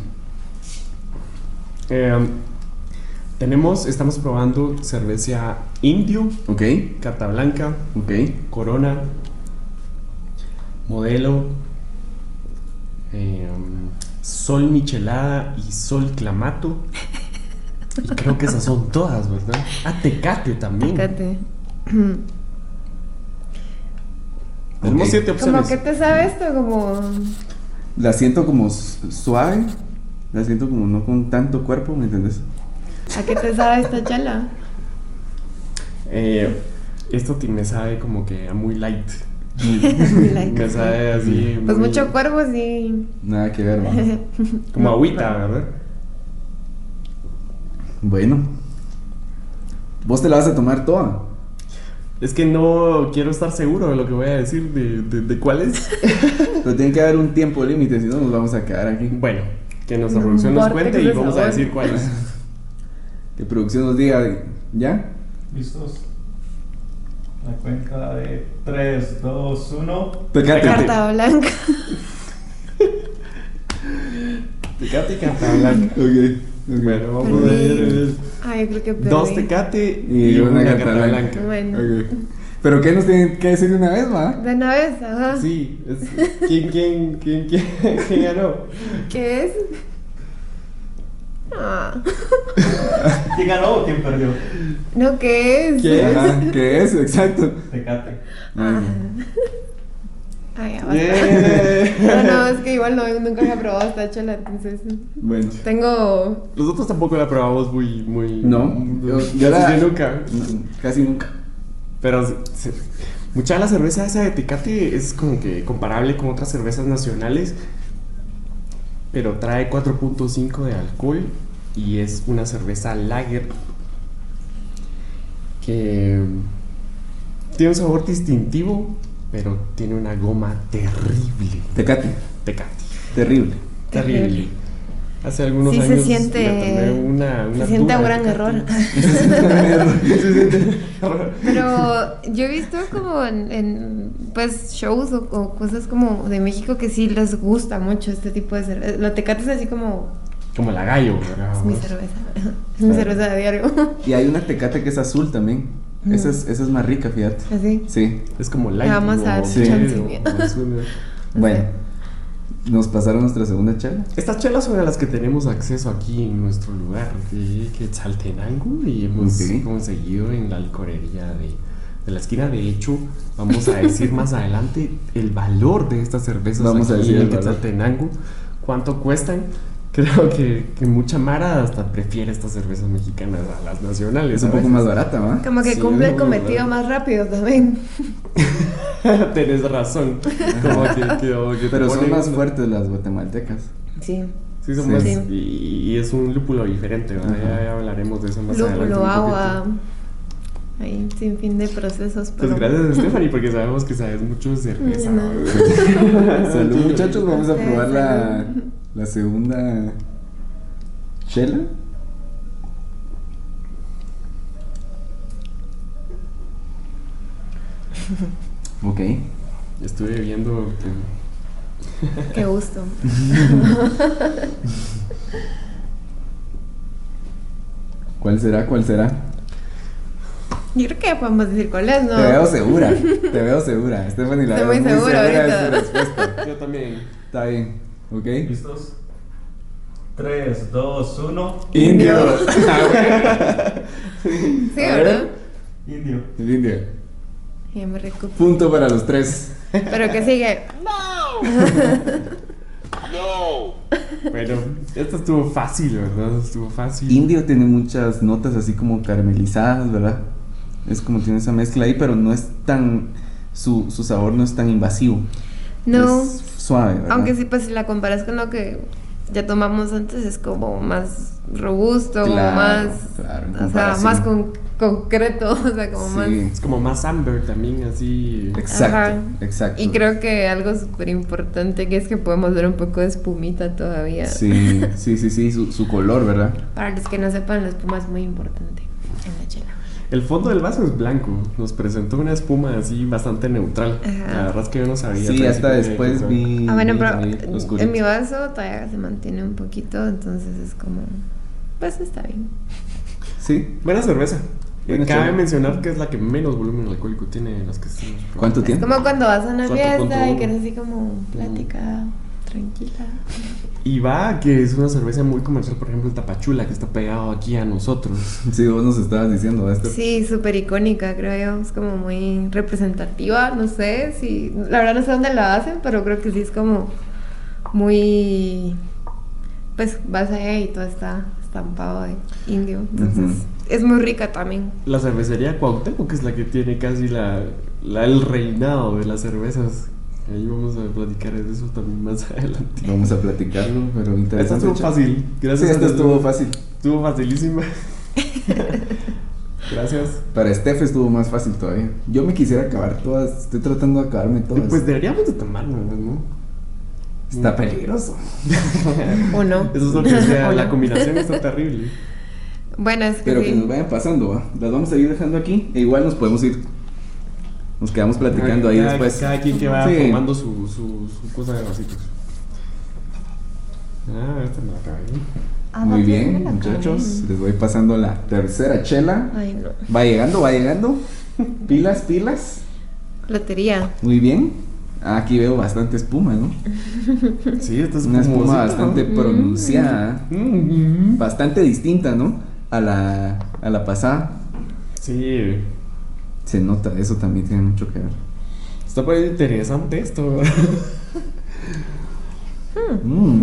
Eh, tenemos, estamos probando cerveza indio, Ok, Carta Blanca, ok. Corona, Modelo, eh, Sol Michelada y Sol Clamato. Y creo que esas son todas, ¿verdad? Ah, Tecate también. Fíjate. Tenemos Ok. siete ¿Cómo opciones. que te sabe esto? Como. La siento como su- suave. La siento como no con tanto cuerpo, ¿me entendés? ¿A qué te sabe esta chela? Eh, esto ti- me sabe como que a muy light. Like, Me sabe así. Pues muy- mucho cuervo, sí. Nada que ver, ¿va? Como agüita, ¿verdad? Bueno. ¿Vos te la vas a tomar toda? Es que no quiero estar seguro de lo que voy a decir, de, de, de cuál es. Pero tiene que haber un tiempo límite, si no nos vamos a quedar aquí. Bueno, que nuestra Un producción nos vórtice cuente y de vamos a sabor. decir cuál es. Que producción nos diga, ¿ya? ¿Listos? La cuenta de tres, dos, uno. Tecate. Carta blanca. Tecate y Carta Blanca. Ok, ok. Bueno, vamos a Perdí. ver. Ay, yo creo que perdí. Dos Tecate y, Y una una Carta Carta Blanca. Blanca. Bueno. Ok. ¿Pero qué nos tienen que decir de una vez, va? De una vez, ajá. Sí, es- ¿quién, quién, quién, quién, quién ganó? ¿Qué es? Ah. ¿Quién ganó o quién perdió? No, ¿qué es? ¿Qué? Ajá, ¿qué es? Exacto. Tecate. Ay, Ay, ya basta. Yeah. No, no, es que igual no, nunca había probado esta chela, entonces. bueno. Tengo. Nosotros tampoco la probamos muy, muy. No, yo, yo casi la- nunca. no, casi nunca. Pero se- se- mucha de la cerveza esa de Tecate es como que comparable con otras cervezas nacionales, pero trae cuatro punto cinco de alcohol y es una cerveza lager. que tiene un sabor distintivo, pero tiene una goma terrible. Tecate. Tecate. Terrible. Terrible. Terrible. Hace algunos Sí, se años siente- me tomé una, una Se siente dura un de gran Tecate. error. Se siente- Pero yo he visto como en, en, pues shows o, o cosas como de México que sí les gusta mucho este tipo de cerveza. La Tecate es así como, Como la gallo, ¿verdad? es mi cerveza, es mi cerveza de diario. Y hay una Tecate que es azul también. Mm. Esa, es, esa es más rica, fíjate. Así. Sí. Es como light. Vamos a o- ver Sí. chance. o azul. Bueno, nos pasaron nuestra segunda chela. Estas chelas son a las que tenemos acceso aquí en nuestro lugar de Quetzaltenango y hemos Ok. conseguido en la alcoholería de, de la esquina. De hecho, vamos a decir más adelante el valor de estas cervezas Vamos a aquí decir en el valor. Quetzaltenango, cuánto cuestan. Creo que, que mucha mara hasta prefiere estas cervezas mexicanas a las nacionales. Es un a poco veces. más barata, ¿va? Como que Sí, cumple el no, cometido no. más rápido también. Tenés razón. Como que, que- como que te Pero son ponen más una- fuertes las guatemaltecas. Sí. Sí, son Sí. más. Sí. Y, y es un lúpulo diferente, ¿verdad? Ajá. Ya, ya hablaremos de eso más adelante. Lúpulo, un agua. poquito. Ahí, sin fin de procesos. Pues pero- gracias, Stephanie, porque sabemos que sabes mucho de cerveza. No. ¿verdad? Salud, muchachos. Vamos a Sí, probar la, salud. la segunda chela. Ok. Estuve viendo que. Qué gusto. ¿Cuál será? ¿Cuál será? Yo creo que ya podemos decir cuál es, ¿no? Te veo segura. Te veo segura. Stephanie la Estoy veo muy segura de ahorita. su respuesta. Yo también. Está bien. Ok. ¿Listos? tres, dos, uno. Indio. Sí, A ver. ¿verdad? Indio. El indio. Ya me recupero. Punto para los tres. Pero que sigue. Bueno, esto estuvo fácil, ¿verdad? Estuvo fácil. Indio tiene muchas notas así como caramelizadas, ¿verdad? Es como tiene esa mezcla ahí, pero no es tan. Su, su sabor no es tan invasivo. No. Es suave, ¿verdad? Aunque sí, pues si la comparas con lo que ya tomamos antes, es como más robusto, como Claro, más. claro, en O sea, comparación. más con, concreto. O sea, como más. Sí, Es como más amber también, así. exacto, Ajá. exacto. Y creo que algo súper importante que es que podemos ver un poco de espumita todavía. Sí, sí, sí, sí, su, su color, ¿verdad? Para los que no sepan, la espuma es muy importante en la chela. El fondo del vaso es blanco. Nos presentó una espuma así bastante neutral. Ajá. La verdad es que yo no sabía. Sí, al hasta principio que- después que- vi. Ah, bueno, vi pero ahí oscurito. en mi vaso todavía se mantiene un poquito, entonces es como. Pues está bien. Sí. Buena cerveza. Buena Cabe chela. mencionar que es la que menos volumen alcohólico tiene de las que estamos probando. ¿Cuánto Es tiempo? como cuando vas a una cuatro punto fiesta y uno. quieres así como plática tranquila. Y va que es una cerveza muy comercial, por ejemplo, el Tapachula, que está pegado aquí a nosotros. Sí, vos nos estabas diciendo esto. Sí, súper icónica, creo yo. Es como muy representativa, no sé si. La verdad no sé dónde la hacen, pero creo que sí es como muy. Pues vas allá y todo está estampado de indio. Entonces Ujú. es muy rica también. La cervecería Cuauhtémoc, que es la que tiene casi la, la- el reinado de las cervezas. Ahí vamos a platicar de eso también más adelante. Vamos a platicarlo, pero Esta interesante. estuvo fácil. Sí, Gracias. esta a- estuvo fácil. Estuvo facilísima. Gracias. Para Steph estuvo más fácil todavía. Yo me quisiera acabar todas. Estoy tratando de acabarme todas. Pues deberíamos de tomarnos, ¿no? Está peligroso. ¿O no? Eso es lo que decía, ¿O la no? combinación está terrible. Bueno, es que Pero que sí. nos vayan pasando, ¿va? Las vamos a ir dejando aquí. E igual nos podemos ir. Nos quedamos platicando ahí Cada- después. Cada quien que va Sí. formando su, su, su cosa de vasitos. Ah, esta me la acabé. Ah, Muy no, bien, sí me la muchachos. acabé. Les voy pasando la tercera chela. Ay, no. Va llegando, va llegando. Pilas, pilas. Lotería. Muy bien. Ah, aquí veo bastante espuma, ¿no? Sí, esta es Una espuma espumosita, bastante ¿no? pronunciada. Mm. Bastante distinta, ¿no? A la, a la pasada. Sí, Se nota, eso también tiene mucho que ver. está por ahí interesante esto. ¿verdad? Mm.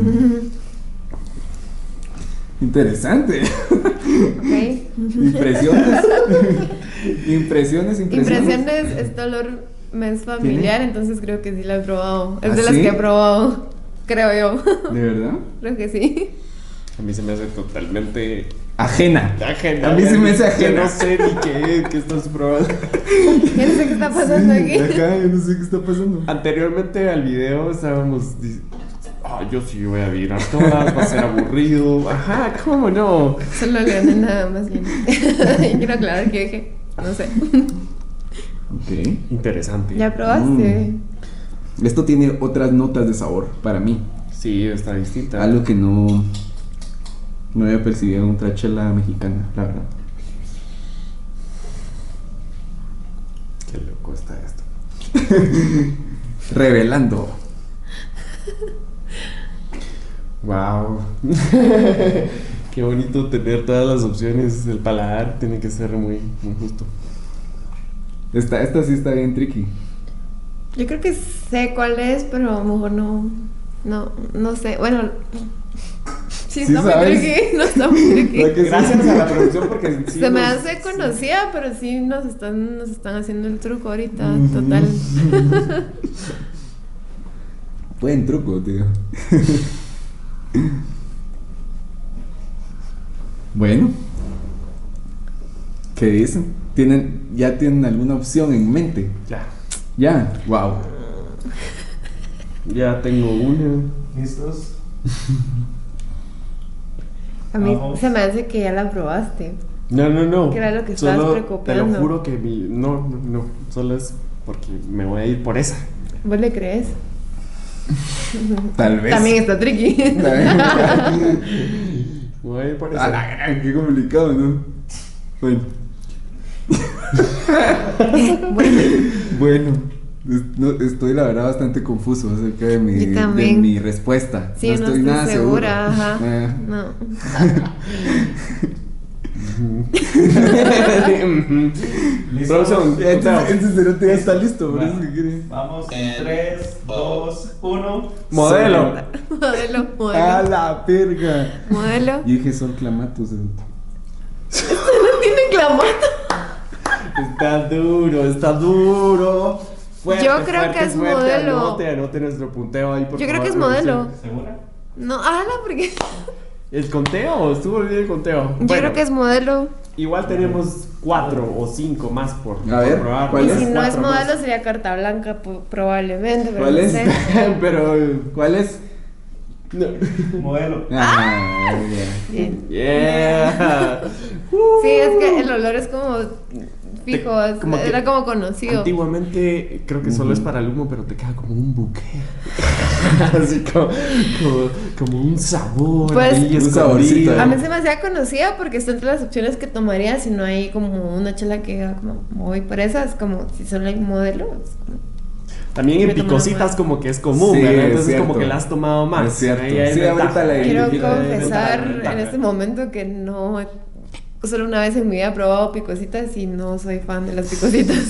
Interesante. Ok. Impresiones. Impresiones, impresiones. Impresiones, este olor me es familiar, entonces creo que sí la he probado. Es ¿Ah, de las sí? que he probado, creo yo. ¿De verdad? Creo que sí. A mí se me hace totalmente Ajena. Ajena. A mí se me hace ajena. Yo no sé ni qué, qué estás probando. Ya no sé qué está pasando aquí. Ajá, yo no sé qué está pasando. Anteriormente al video estábamos dic- ah, yo sí voy a mirar todas, va a ser aburrido. Ajá, ¿cómo no? Solo Leonel nada más bien. Quiero aclarar que dije, no sé. Ok. Interesante. ¿Ya probaste? Mm. Esto tiene otras notas de sabor para mí. Sí, está distinta. Algo que no, no había percibido en otra chela mexicana, la verdad. Qué loco está esto. Revelando. Wow. Qué bonito tener todas las opciones. El paladar tiene que ser muy, muy justo. Esta, esta sí está bien tricky. Yo creo que sé cuál es, pero a lo mejor no. No, no sé. Bueno. Sí, ¿Sí está muy sabes? tricky. No está muy tricky. ¿Verdad que sí? Gracias a la producción porque sí Se me nos- hace conocida, pero sí nos están, nos están haciendo el truco ahorita. Total. Buen truco, tío. Bueno. ¿Qué dicen? ¿Tienen, ¿Ya tienen alguna opción en mente? Ya. Ya. Wow. Ya tengo una. ¿Listos? A mí Vamos. se me hace que ya la probaste. No, no, no. ¿Qué era lo que estabas Solo preocupando? Te lo juro que mi. No, no, no. Solo es porque me voy a ir por esa. ¿Vos le crees? Tal vez. También está tricky. Me voy a ir por esa. A la gran, qué complicado, ¿no? Bueno. Bueno, Bueno. es- no, estoy la verdad bastante confuso acerca de mi, Yo de también. mi respuesta. sí, no, estoy estoy nada segura. seguro. Ajá. Eh, No. Producción, ¿Listos? Este, conteo. este cerote ya está listo, por Va. eso que quiere. Vamos. tres, dos, uno. Modelo. Modelo, A modelo. la verga. Modelo. Yo dije Sol Clamato, cerote. No tiene clamato. Está duro, está duro. Fuerte, Yo creo fuerte, que es fuerte. modelo. Anote, anote nuestro punteo ahí, por Yo creo favor, que es producción. modelo. ¿Segura? No, ala, porque. ¿El conteo? Estuvo bien el conteo. Yo creo que es modelo. Igual tenemos cuatro o cinco más por, A ver, por probar. ¿cuál Y es? si no es Cuatro más. modelo, sería carta blanca, po- probablemente. Pero ¿Cuál no es? sé. Pero. ¿Cuál es? No. Modelo. Ah, ya. Bien. Yeah. Sí, es que el olor es como fijo, Te- es- como que era como conocido. Antiguamente creo que solo es para el humo, pero te queda como un buque. Así como, como, como un sabor. Pues, ahí un escondido. saborcito. A mí se me hacía conocida porque está entre las opciones que tomaría si no hay como una chela que diga como voy por esa, es como si solo hay modelo. es como- También en Me tomo picositas más. como que es común, Sí, ¿verdad? es Entonces como cierto. que la has tomado más. Es cierto. Ahí hay Sí, ventaja. ahorita la Quiero identifico. confesar Ventaja. en este momento que no he- solo una vez en mi vida he probado picositas y no soy fan de las picositas.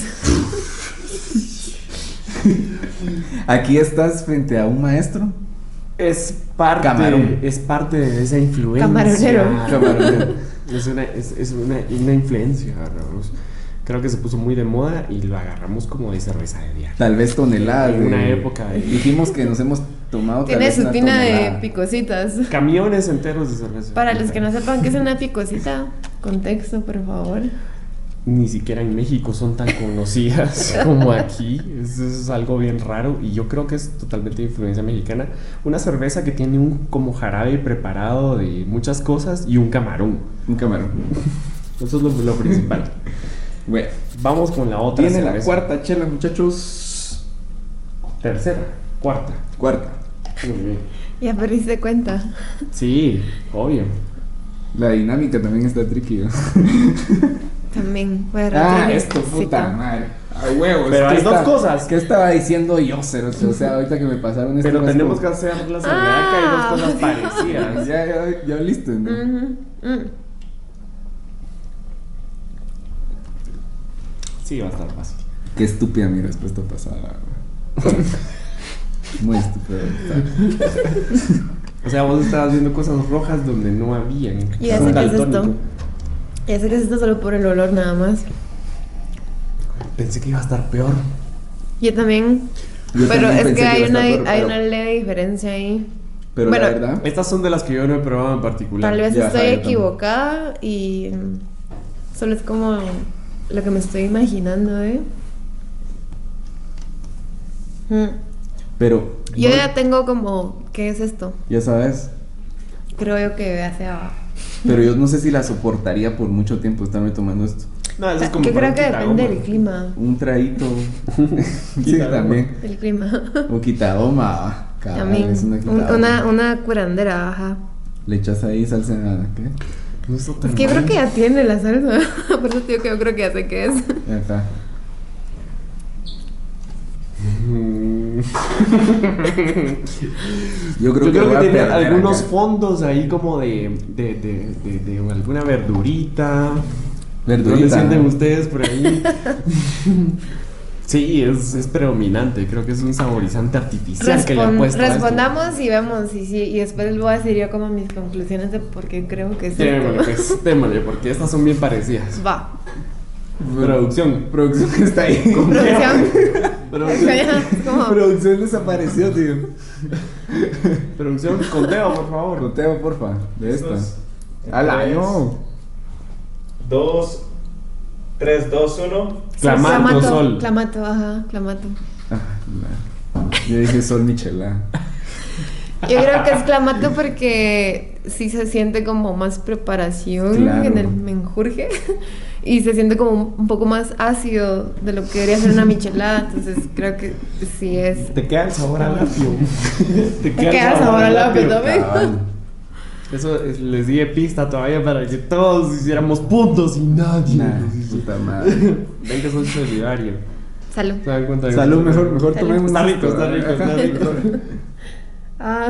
Aquí estás frente a un maestro. Es parte, Camarón. es parte de esa influencia. Camaronero. Camarón. Es una, es, es una, una influencia, agarramos. Creo que se puso muy de moda y lo agarramos como de cerveza de diario. Tal vez toneladas. En una de- época de- Dijimos que nos hemos tomado tal Tiene vez su una tina de tonelada. picositas. Camiones enteros de cerveza. Para los que no sepan qué es una picosita, contexto, por favor. Ni siquiera en México son tan conocidas como aquí. Es, es algo bien raro y yo creo que es totalmente de influencia mexicana. Una cerveza que tiene un como jarabe preparado de muchas cosas y un camarón. Un camarón. Eso es lo, lo principal. Bueno, Vamos con la otra tiene la cerveza. cuarta chela, muchachos. Tercera, cuarta. Cuarta. Muy bien. Ya perdiste cuenta. Sí, obvio. La dinámica también está tricky, ¿no? También. Voy a Ah, retirar esto, mi puta cita. madre. A huevos. Pero ¿qué hay dos está- cosas. ¿Qué estaba diciendo yo, cerote? O sea, ahorita que me pasaron esto. Pero no es tenemos que como- hacer la salvedad Ah. que hay dos cosas parecidas. Ya, ya, ya listo, ¿no? Ujú, mm. Sí, va a estar fácil. Qué estúpida mi respuesta pasada. güey. Muy estúpida. O sea, vos estabas viendo cosas rojas donde no habían. Y ya Un sé qué es esto. daltónico. Ya sé que es esto solo por el olor nada más. Pensé que iba a estar peor. Yo también. Yo pero también es pensé que hay iba a una, estar peor, hay pero- una leve diferencia ahí. Pero Bueno, la verdad, Estas son de las que yo no he probado en particular. Tal vez Ya, estoy ajá, yo también. equivocada y mm, solo es como lo que me estoy imaginando, ¿eh? Mm. pero Yo no- ya tengo como, ¿qué es esto? ya sabes, Creo yo que hace abajo. pero yo no sé si la soportaría por mucho tiempo estarme tomando esto. No, eso es como Yo para creo un que depende del quitagoma. clima. Un traguito. sí, Quitadoma. también. El clima. O quitadoma. cabal, También. es una Un- quitadoma. Una, una curandera, ajá. Le echas ahí salsa, ¿qué? No está tan Es que yo mal. creo que ya tiene la salsa. Por eso te digo que yo creo que ya sé qué es. Acá. Mm. Yo creo Yo que, creo voy que a tiene perder algunos acá. fondos ahí como de, de, de, de, de alguna verdurita. ¿No le Verdurita. sienten ustedes por ahí? Sí, es, es predominante. Creo que es un saborizante artificial que le ha Respon- puesto a esto. respondamos y vemos. Y, sí, y después les voy a decir yo como mis conclusiones de por qué creo que es Démosle, esto. pues, démosle, porque estas son bien parecidas. Va. Producción. Producción que está ahí. Producción. Producción, Es como- Producción desapareció, tío. producción, conteo, por favor. Conteo, porfa, de esta. Estos. ¡Hala, Tres, no! dos, tres, dos, uno. Clamato, sol. Clamato, ajá, clamato. Ah, la- Yo dije sol michelada. Yo creo que es clamato porque sí se siente como más preparación Claro. en el menjurje y se siente como un poco más ácido de lo que debería ser una michelada. Entonces creo que sí es. Te queda el sabor al apio. Te Te queda el sabor al apio también. Cabal. Eso es- les di de pista todavía para que todos hiciéramos puntos y nadie. Nah, nos hizo. puta madre. Ven que soy solidario. Salud. ¿Se dan cuenta? de Salud, que- mejor, mejor Salud. tomemos Está rico, esto. está rico, está rico. Ah.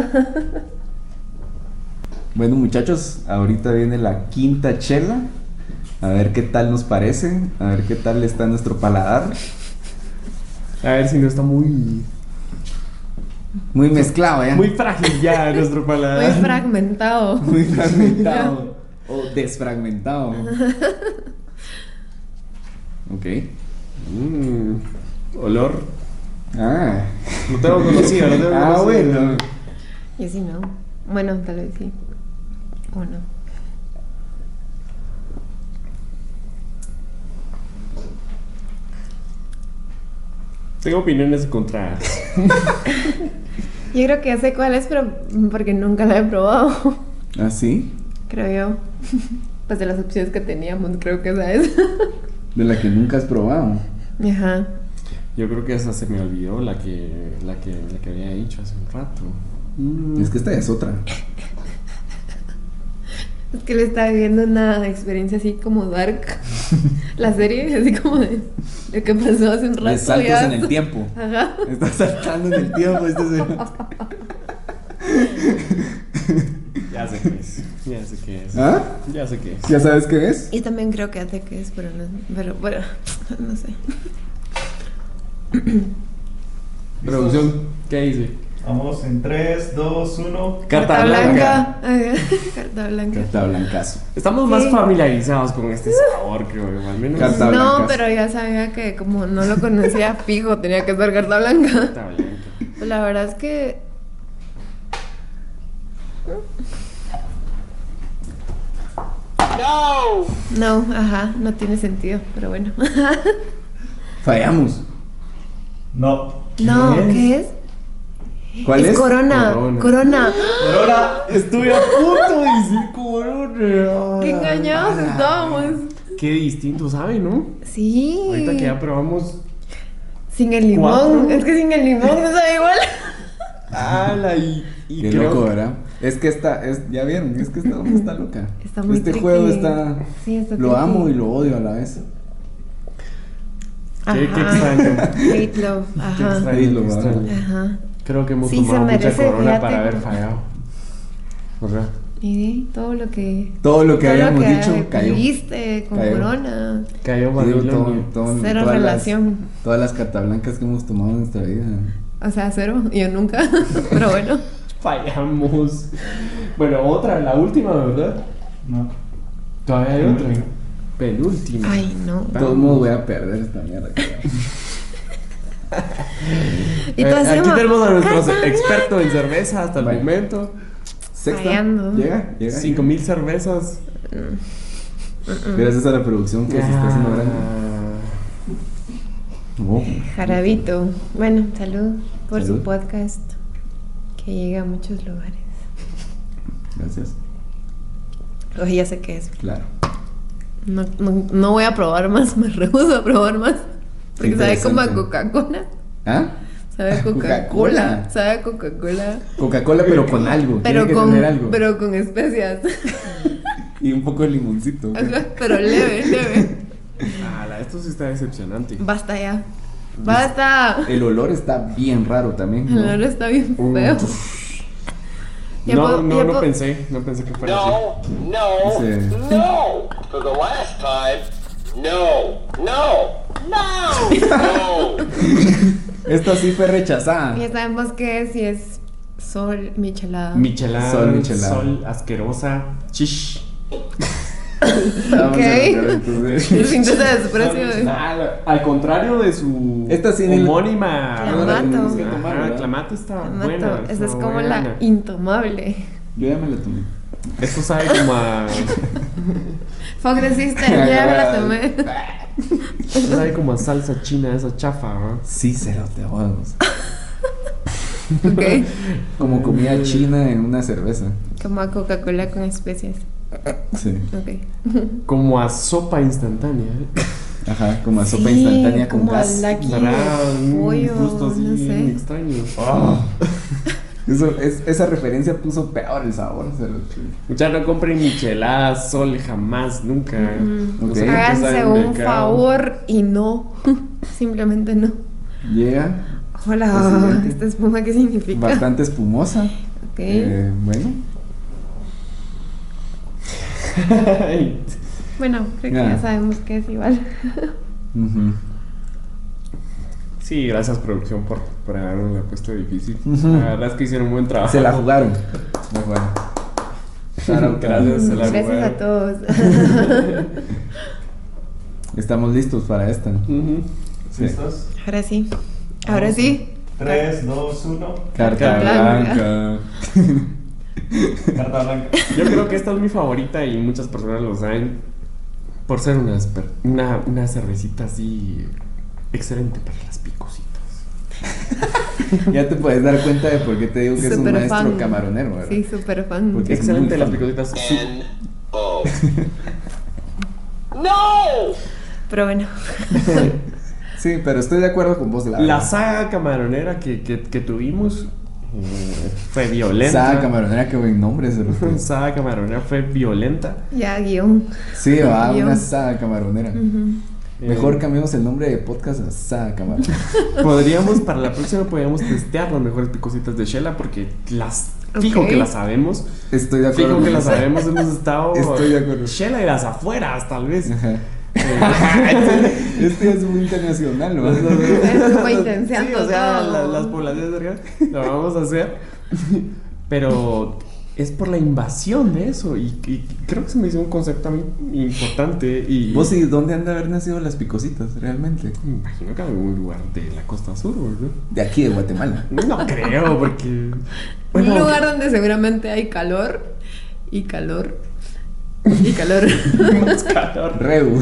Bueno, muchachos, ahorita viene la quinta chela. A ver qué tal nos parece. A ver qué tal está nuestro paladar. A ver si no está muy. Muy mezclado, ¿eh? Muy frágil ya nuestro Muy paladar. fragmentado. Muy fragmentado. O desfragmentado. Ok. Mm, olor. Ah. Lo tengo conocido, lo tengo Ah, conocido. bueno. Y si no. Bueno, tal vez sí. O no. Tengo opiniones encontradas. Yo creo que ya sé cuál es, pero porque nunca la he probado. ¿Ah, sí? Creo yo. Pues de las opciones que teníamos, creo que esa es. De la que nunca has probado. Ajá. Yo creo que esa se me olvidó, la que, la que, la que había dicho hace un rato. Mm. Es que esta es otra. Es que le estaba viviendo una experiencia así como dark. La serie, así como de lo que pasó hace un rato. De saltos ya. en el tiempo. Ajá. Está saltando en el tiempo. Este es el- Ya sé qué es. Ya sé qué es. ¿Ah? Ya sé qué es. ¿Ya sabes qué es? Y también creo que hace que es, pero no, pero bueno, no sé. Producción, ¿qué dice? Vamos en tres, dos, uno. Carta blanca. Ajá. Carta blanca. Carta blancazo. Estamos Sí. más familiarizados con este sabor, creo yo. Al menos. Carta No, blanca. pero ya sabía que como no lo conocía fijo, tenía que ser carta blanca. Carta blanca. Pues la verdad es que No! no, ajá, no tiene sentido, pero bueno. Fallamos. No. No, ¿qué es? ¿Cuál es? Corona, Corona. corona. Corona. Estoy a punto de decir corona. Qué engañados estábamos. Qué distinto, ¿sabe, no? Sí. Ahorita que ya probamos. Sin el limón, Cuatro. es que sin el limón no sabe igual. ¡Hala! Y, y Qué creo loco, que- ¿verdad? Es que esta, es, ya vieron, es que esta onda está loca. Está muy Este tricky. juego está, Sí, está lo tricky. amo y lo odio a la vez. Qué, qué Ajá. extraño. Hate love, Qué ajá. extraño, Ahí lo qué va. extraño. Ajá. Creo que hemos Sí, se tomado mucha merece, corona fíjate. para haber fallado. ¿Verdad? Y todo lo que Todo lo que todo habíamos lo que dicho cayó. viviste con Cayó. corona. Cayó Digo, todo- Babilonia. todo- Cero todas relación. Las, todas las cartablancas que hemos tomado en nuestra vida. O sea, cero, yo nunca. Pero bueno. Fallamos. Bueno, otra, la última, ¿verdad? No. Todavía hay otra. Penúltima. Ay, no. De todos modos voy a perder esta mierda. Y todo Eh, así aquí como, tenemos a nuestro "Casablanca". experto en cerveza hasta el Bueno. momento. Sexta. Fallando. Llega, llega. Cinco mil cervezas. Gracias a la producción que se está haciendo grande. Ah, Oh. Jarabito. Bueno, salud por Salud. su podcast. Que llega a muchos lugares. Gracias. Oye, ya sé qué es. Claro. No, no, no voy a probar más, me rehuso a probar más. Porque Qué sabe como a interesante. Coca-Cola. ¿Ah? Sabe a Coca-Cola. Coca-Cola. Sabe a Coca-Cola. Coca-Cola, pero con algo. Pero Tiene que con, tener algo. pero con especias. Y un poco de limoncito. ¿ok? Ajá, pero leve, leve. ala, esto sí está decepcionante. Basta ya. Basta. El olor está bien raro también. ¿no? El olor está bien Uh, feo. Ya No, puedo- no, ya no puedo- pensé, no pensé que fuera así. No, no, Sí. no. For the last time, no, no, no, no. Esta sí fue rechazada. Ya sabemos que si es sol michelada. Michelada, Sol, sol, michelada. asquerosa, chish. Vamos Ok. a anotar, entonces. El síntese de desprecio de- Nada, al contrario de su Esta sí ni- homónima. Clamato. la tenemos que tomar, Ajá, ¿verdad? Clamato está Mato, buena. esa está es como buena. la intomable. Yo ya me la tomé. Esto sabe como a. Fogresista, ya me la tomé. Esto sabe como a salsa china, esa chafa, ¿no? Sí, cerote, vamos. Ok. Como comida china en una cerveza. Como a Coca-Cola con especias. Sí. Ok. Como a sopa instantánea. ¿eh? Ajá, como a sopa Sí, instantánea con como a gas. Lucky ¿Verdad? de Un pollo, gusto así no sé. bien extraño. Oh. Eso, es, esa referencia puso peor el sabor. cerote. Muchachos, no compren micheladas, sol, jamás, nunca. Mm. No Ok. sé qué Háganse sabe el un mercado. favor y no. Simplemente no. Llega Hola, Presidente. ¿esta espuma qué significa? bastante espumosa. Ok. Eh, bueno, Ay, Bueno, creo que Ya. ya sabemos que es igual. ujú. sí, gracias producción por, por habernos la puesto difícil. Ujú. La verdad es que hicieron un buen trabajo. Se la jugaron. Se la jugaron. Shout out, Gracias, se la Gracias jugaron. a todos. Estamos listos para esta. Ujú. Sí. ¿Listos? Ahora sí. Ahora sí. tres, dos, uno. Carta Blanca. blanca. Carta blanca. Yo creo que esta es mi favorita y muchas personas lo saben por ser una, esper- una, una cervecita así excelente para las picositas. Ya te puedes dar cuenta de por qué te digo que es un Súper maestro fan. camaronero, ¿verdad? Sí, súper fan. Porque- Es Excelente muy las fan. picositas. Sí. N O. No! Pero bueno. Sí, pero estoy de acuerdo con vos, la La verdad. saga camaronera que, que, que tuvimos eh, fue violenta. Saga camaronera, qué buen nombre ese. La saga camaronera fue violenta. Ya, guión. Sí, va, Guión. una saga camaronera. Ujú. Mejor Eh, cambiemos el nombre de podcast a Saga Camaronera. Podríamos, para la próxima, podríamos testear las mejores picositas de Shela porque las. Fijo Ok. que las sabemos. Estoy de acuerdo. Fijo que con las eso. sabemos. Hemos estado. Estoy de acuerdo. Shela y las afueras, tal vez. Ajá. Eh, Este es muy internacional, ¿no? Es como Sí, intenseando o sea, todo. la- las poblaciones cercanas lo vamos a hacer. Pero es por la invasión de eso. Y, y creo que se me hizo un concepto a mí importante. Y ¿Vos y dónde han de haber nacido las picositas, realmente? me imagino que en algún lugar de la costa sur, ¿verdad? De aquí, de Guatemala. No creo, porque. Un lugar donde seguramente hay calor y calor y calor. más calor. Reu.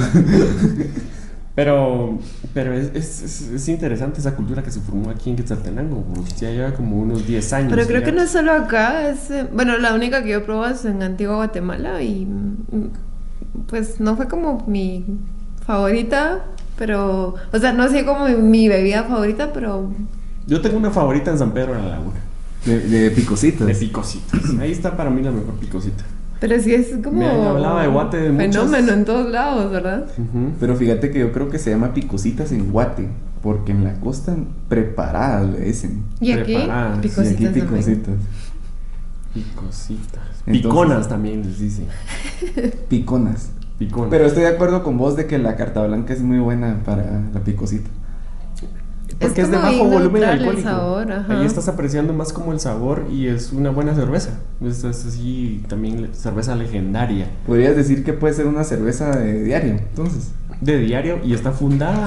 Pero, pero es, es, es- es interesante esa cultura que se formó aquí en Quetzaltenango, porque ya lleva como unos diez años. Pero creo ya. que no es solo acá, es, eh, bueno, la única que yo probé es en Antigua Guatemala y mm, pues no fue como mi favorita, pero, o sea, no sé como mi, mi bebida favorita, pero Yo tengo una favorita en San Pedro de la Laguna, De, de picositas. de picositas. Ahí está para mí la mejor picosita. pero sí es como Me han hablado de Guate de muchas. fenómeno en todos lados, ¿verdad? Ujú. Pero fíjate que yo creo que se llama picositas en Guate. Porque en la costa preparadas le dicen. Y aquí Preparadas, y aquí Y picositas aquí también. picositas. Picositas. Entonces- Piconas también les dicen. Piconas. Piconas. Pero estoy de acuerdo con vos de que la carta blanca es muy buena para la picosita. Porque es es, de como bajo bien volumen neutral el alcohólico. sabor, ajá. Ahí estás apreciando más como el sabor y es una buena cerveza. Es, es así también le- cerveza Podrías decir que puede ser una cerveza de diario, entonces. de diario y está fundada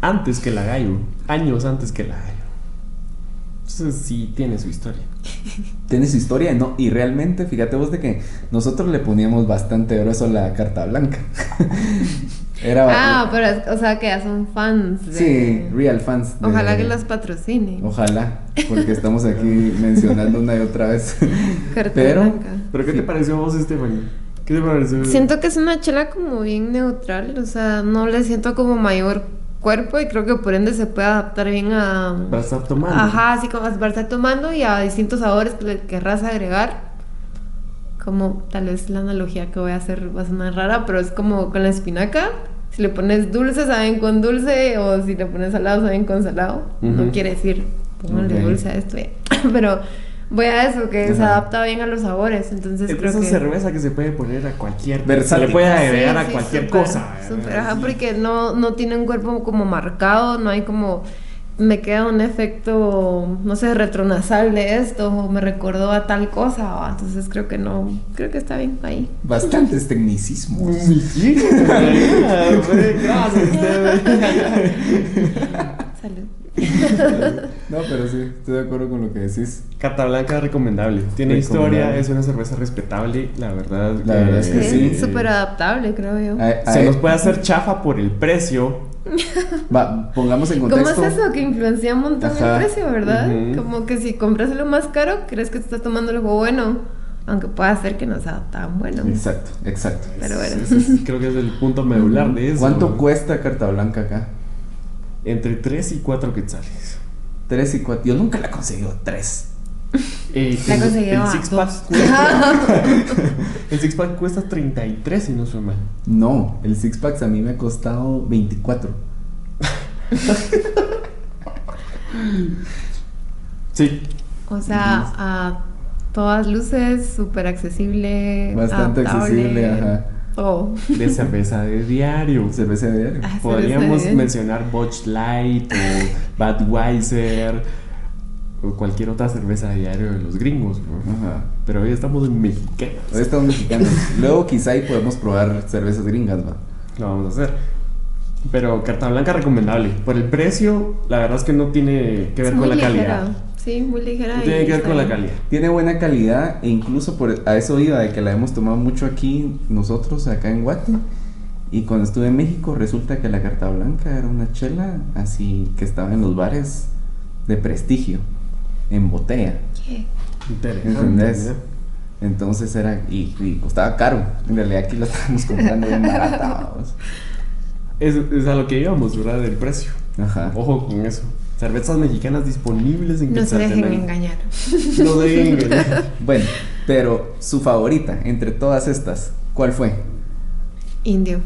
antes que la Gallo, años antes que la Gallo. Entonces sí tiene su historia. Tiene su historia, ¿no? Y realmente, fíjate vos de que nosotros le poníamos bastante grueso a la carta blanca. Era Ah, pero es- o sea que ya son fans de... Sí, real fans. de- Ojalá que los patrocine. Ojalá, porque estamos aquí mencionando una y otra vez. Carta Pero, blanca. ¿Pero qué te pareció a vos, Stephanie? ¿Qué te pareció? Siento que es una chela como bien neutral, o sea, no le siento como mayor cuerpo y creo que por ende se puede adaptar bien a... Para estar tomando. Ajá, así como para estar tomando y a distintos sabores que le querrás agregar. Como tal vez la analogía que voy a hacer va a sonar rara, pero es como con la espinaca. Si le pones dulce, saben con dulce, o si le pones salado, saben con salado. No Ujú. quiere decir, pónganle Ok. dulce a esto, ya. Pero voy a eso, que se Ajá. adapta bien a los sabores. Entonces Es creo esa que... cerveza que se puede poner a cualquier... Se Versátil. le puede agregar Sí, a sí, cualquier súper, cosa. súper, ajá, Así. porque no, no tiene un cuerpo como marcado, no hay como... Me queda un efecto, no sé, retronasal de esto, o me recordó a tal cosa, ¿va? Entonces creo que no, creo que está bien ahí. bastantes tecnicismos. Sí, sí. Gracias, Stephanie. Salud. No, pero sí, estoy de acuerdo con lo que decís. Carta blanca recomendable. Tiene Recomendable. historia, es una cerveza respetable, la verdad. La verdad es que sí. Sí, súper adaptable, creo yo. Ay, Se ay, nos puede hacer chafa por el precio. va, pongamos en ¿Cómo contexto. es eso? Que influencia un montón Ajá. el precio, ¿verdad? Ujú. Como que si compras lo más caro, crees que te estás tomando algo bueno, aunque pueda ser que no sea tan bueno. Exacto, exacto. Pero bueno. Ese es- creo que es el punto medular de eso. ¿Cuánto cuesta carta blanca acá? Entre tres y cuatro quetzales. Tres y cuatro. Yo nunca la he conseguido tres. Eh, La el- conseguí el a six dos. pack cuesta, el six pack cuesta treinta y tres si no soy mal. No, el six packs a mí me ha costado veinticuatro. Sí. O sea, a todas luces, súper accesible. Bastante adaptable, accesible, ajá. Todo. De cerveza de diario. Cerveza de diario. Ah, Podríamos cerveza de- mencionar Busch Light o Budweiser o cualquier otra cerveza de diario de los gringos, ¿no? Ajá. Pero hoy estamos en mexicanos. Hoy estamos mexicanos. Luego quizá ahí podemos probar cervezas gringas, ¿va? Lo vamos a hacer. Pero carta blanca recomendable. Por el precio, la verdad es que no tiene que ver Es con muy la ligera. calidad. Sí, muy ligera. No y tiene que ver está con la bien. calidad. Tiene buena calidad e incluso por a eso iba de que la hemos tomado mucho aquí nosotros acá en Guate. Y cuando estuve en México resulta que la carta blanca era una chela así que estaba en los bares de prestigio, en botella, ¿Qué? Interesante. ¿entendés? ¿eh? Entonces era y, y costaba caro. En realidad aquí la estábamos comprando bien barata. vamos. Es, es a lo que íbamos, ¿verdad? Del precio. Ajá. Ojo con eso. Cervezas mexicanas disponibles en No se dejen Quetzaltenango. engañar. No se dejen engañar. Bueno, pero su favorita entre todas estas, ¿cuál fue? Indio.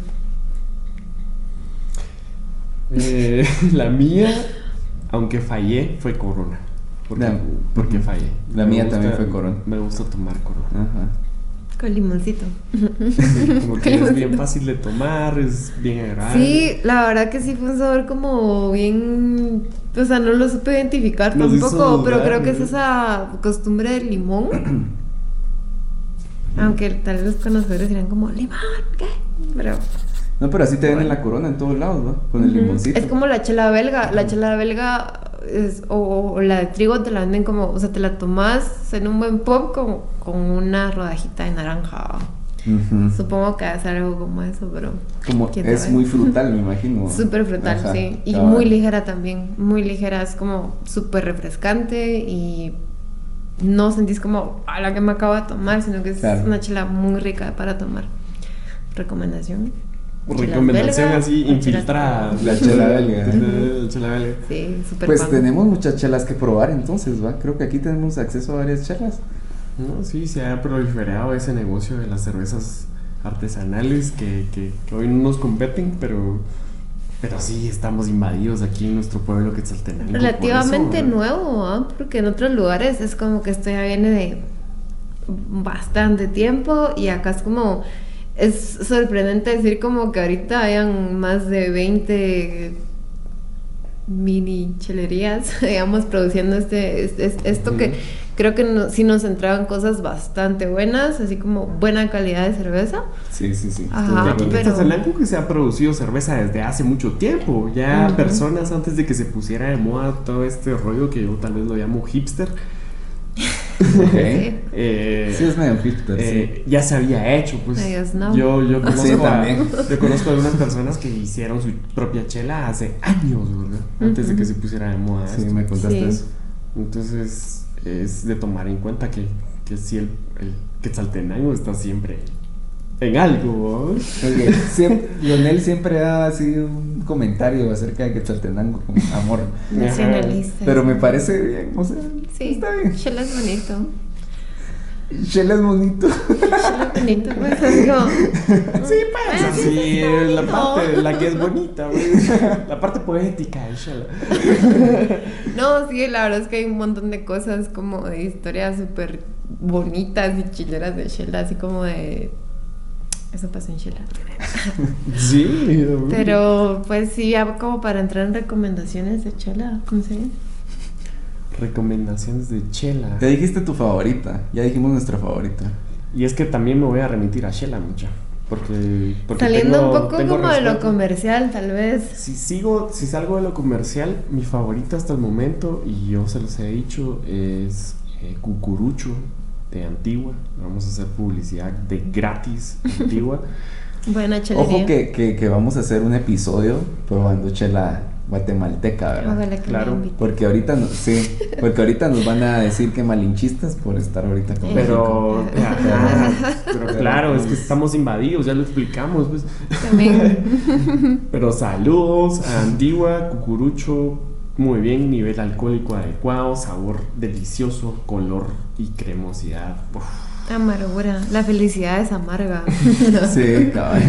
Eh, la mía, aunque fallé, fue Corona. Porque, La- porque fallé. La Me mía gusta- también fue Corona. Me gusta tomar Corona. Ajá. Con limoncito. Como que es bien fácil de tomar, es bien agradable. Sí, la verdad que sí fue un sabor como bien... O sea, no lo supe identificar Nos hizo tampoco, pero dudar, creo que es ¿no? esa costumbre del limón. Aunque tal vez los conocedores dirán como, limón, ¿qué? Pero... No, pero así te ven en la Corona en todos lados, ¿no? Con el Ujú. limoncito. Es como la chela belga. La chela belga es, o, o la de trigo te la venden como, o sea, te la tomas en un buen pop con, con una rodajita de naranja. Ujú. Supongo que hace algo como eso, pero Como quién es sabe. muy frutal, me imagino. Súper frutal, Ajá, sí. Y cabal. muy ligera también. Muy ligera, es como súper refrescante y no sentís como a la que me acabo de tomar, sino que es Claro. una chela muy rica para tomar. Recomendación. Chelas Recomendación belgas así o chelas infiltrada. La chela belga. La chela belga. Sí, súper Pues fan. tenemos muchas chelas que probar entonces, ¿va? Creo que aquí tenemos acceso a varias chelas. No, sí, se ha proliferado ese negocio de las cervezas artesanales que, que, que hoy no nos competen, pero, pero sí estamos invadidos aquí en nuestro pueblo Quetzaltenango. por Relativamente eso, ¿no? nuevo, ¿ah? Porque en otros lugares es como que esto ya viene de bastante tiempo y acá es como, es sorprendente decir como que ahorita hayan más de veinte mini chelerías, digamos, produciendo este, este- esto que, creo que no, sí nos entregan cosas bastante buenas, así como buena calidad de cerveza. Sí, sí, sí. Ajá, Aquí en pero... Quetzaltenango que se ha producido cerveza desde hace mucho tiempo. Ya Ujú. personas antes de que se pusiera de moda todo este rollo que yo tal vez lo llamo hipster, Ok. eh, Sí, es medio hipster, eh, sí. ya se había hecho. Pues Medio snob. yo, yo, conozco Sí, a, también. yo conozco a algunas personas que hicieron su propia chela hace años, ¿verdad? Antes de que se pusiera de moda. Sí, esto. me contaste Sí. eso. Entonces es de tomar en cuenta que, que sí, el, el Quetzaltenango está siempre en algo, ¿no? Porque siempre, Lionel siempre da así un comentario acerca de Quetzaltenango con amor. Nacionalista. Pero me parece bien, o sea, Sí, está bien. chela es bonito. Shell es bonito. Chela es bonito, pues, así como... Sí, pues Ah, así, sí, está la bonito. parte, la que es bonita, güey. La parte poética de Shela. No, sí, la verdad es que hay un montón de cosas como de historias súper bonitas y chileras de Shela, así como de... Eso pasó en Shela. Sí, Pero pues sí, ya como para entrar en recomendaciones de Shela, no sé. recomendaciones de Chela. Ya dijiste tu favorita, ya dijimos nuestra favorita. Y es que también me voy a remitir a Shela, mucha. Porque, porque Saliendo tengo- un poco tengo como de lo respeto. comercial, tal vez. Si sigo, si salgo de lo comercial, mi favorita hasta el momento, y yo se los he dicho, es eh, Cucurucho de Antigua. Vamos a hacer publicidad de gratis Antigua. Buena chelería. Ojo que, que, que vamos a hacer un episodio probando chela guatemalteca, ¿verdad? Ojalá que Claro. me inviten. Porque ahorita no, sí, porque ahorita nos van a decir que malinchistas por estar ahorita con Pero, México. ajá, pero claro, es que estamos invadidos, ya lo explicamos, pues. También. Pero saludos a Antigua, Cucurucho, muy bien, nivel alcohólico adecuado, sabor delicioso, color y cremosidad. Uf. Amargura. La felicidad es amarga. Sí, cabal.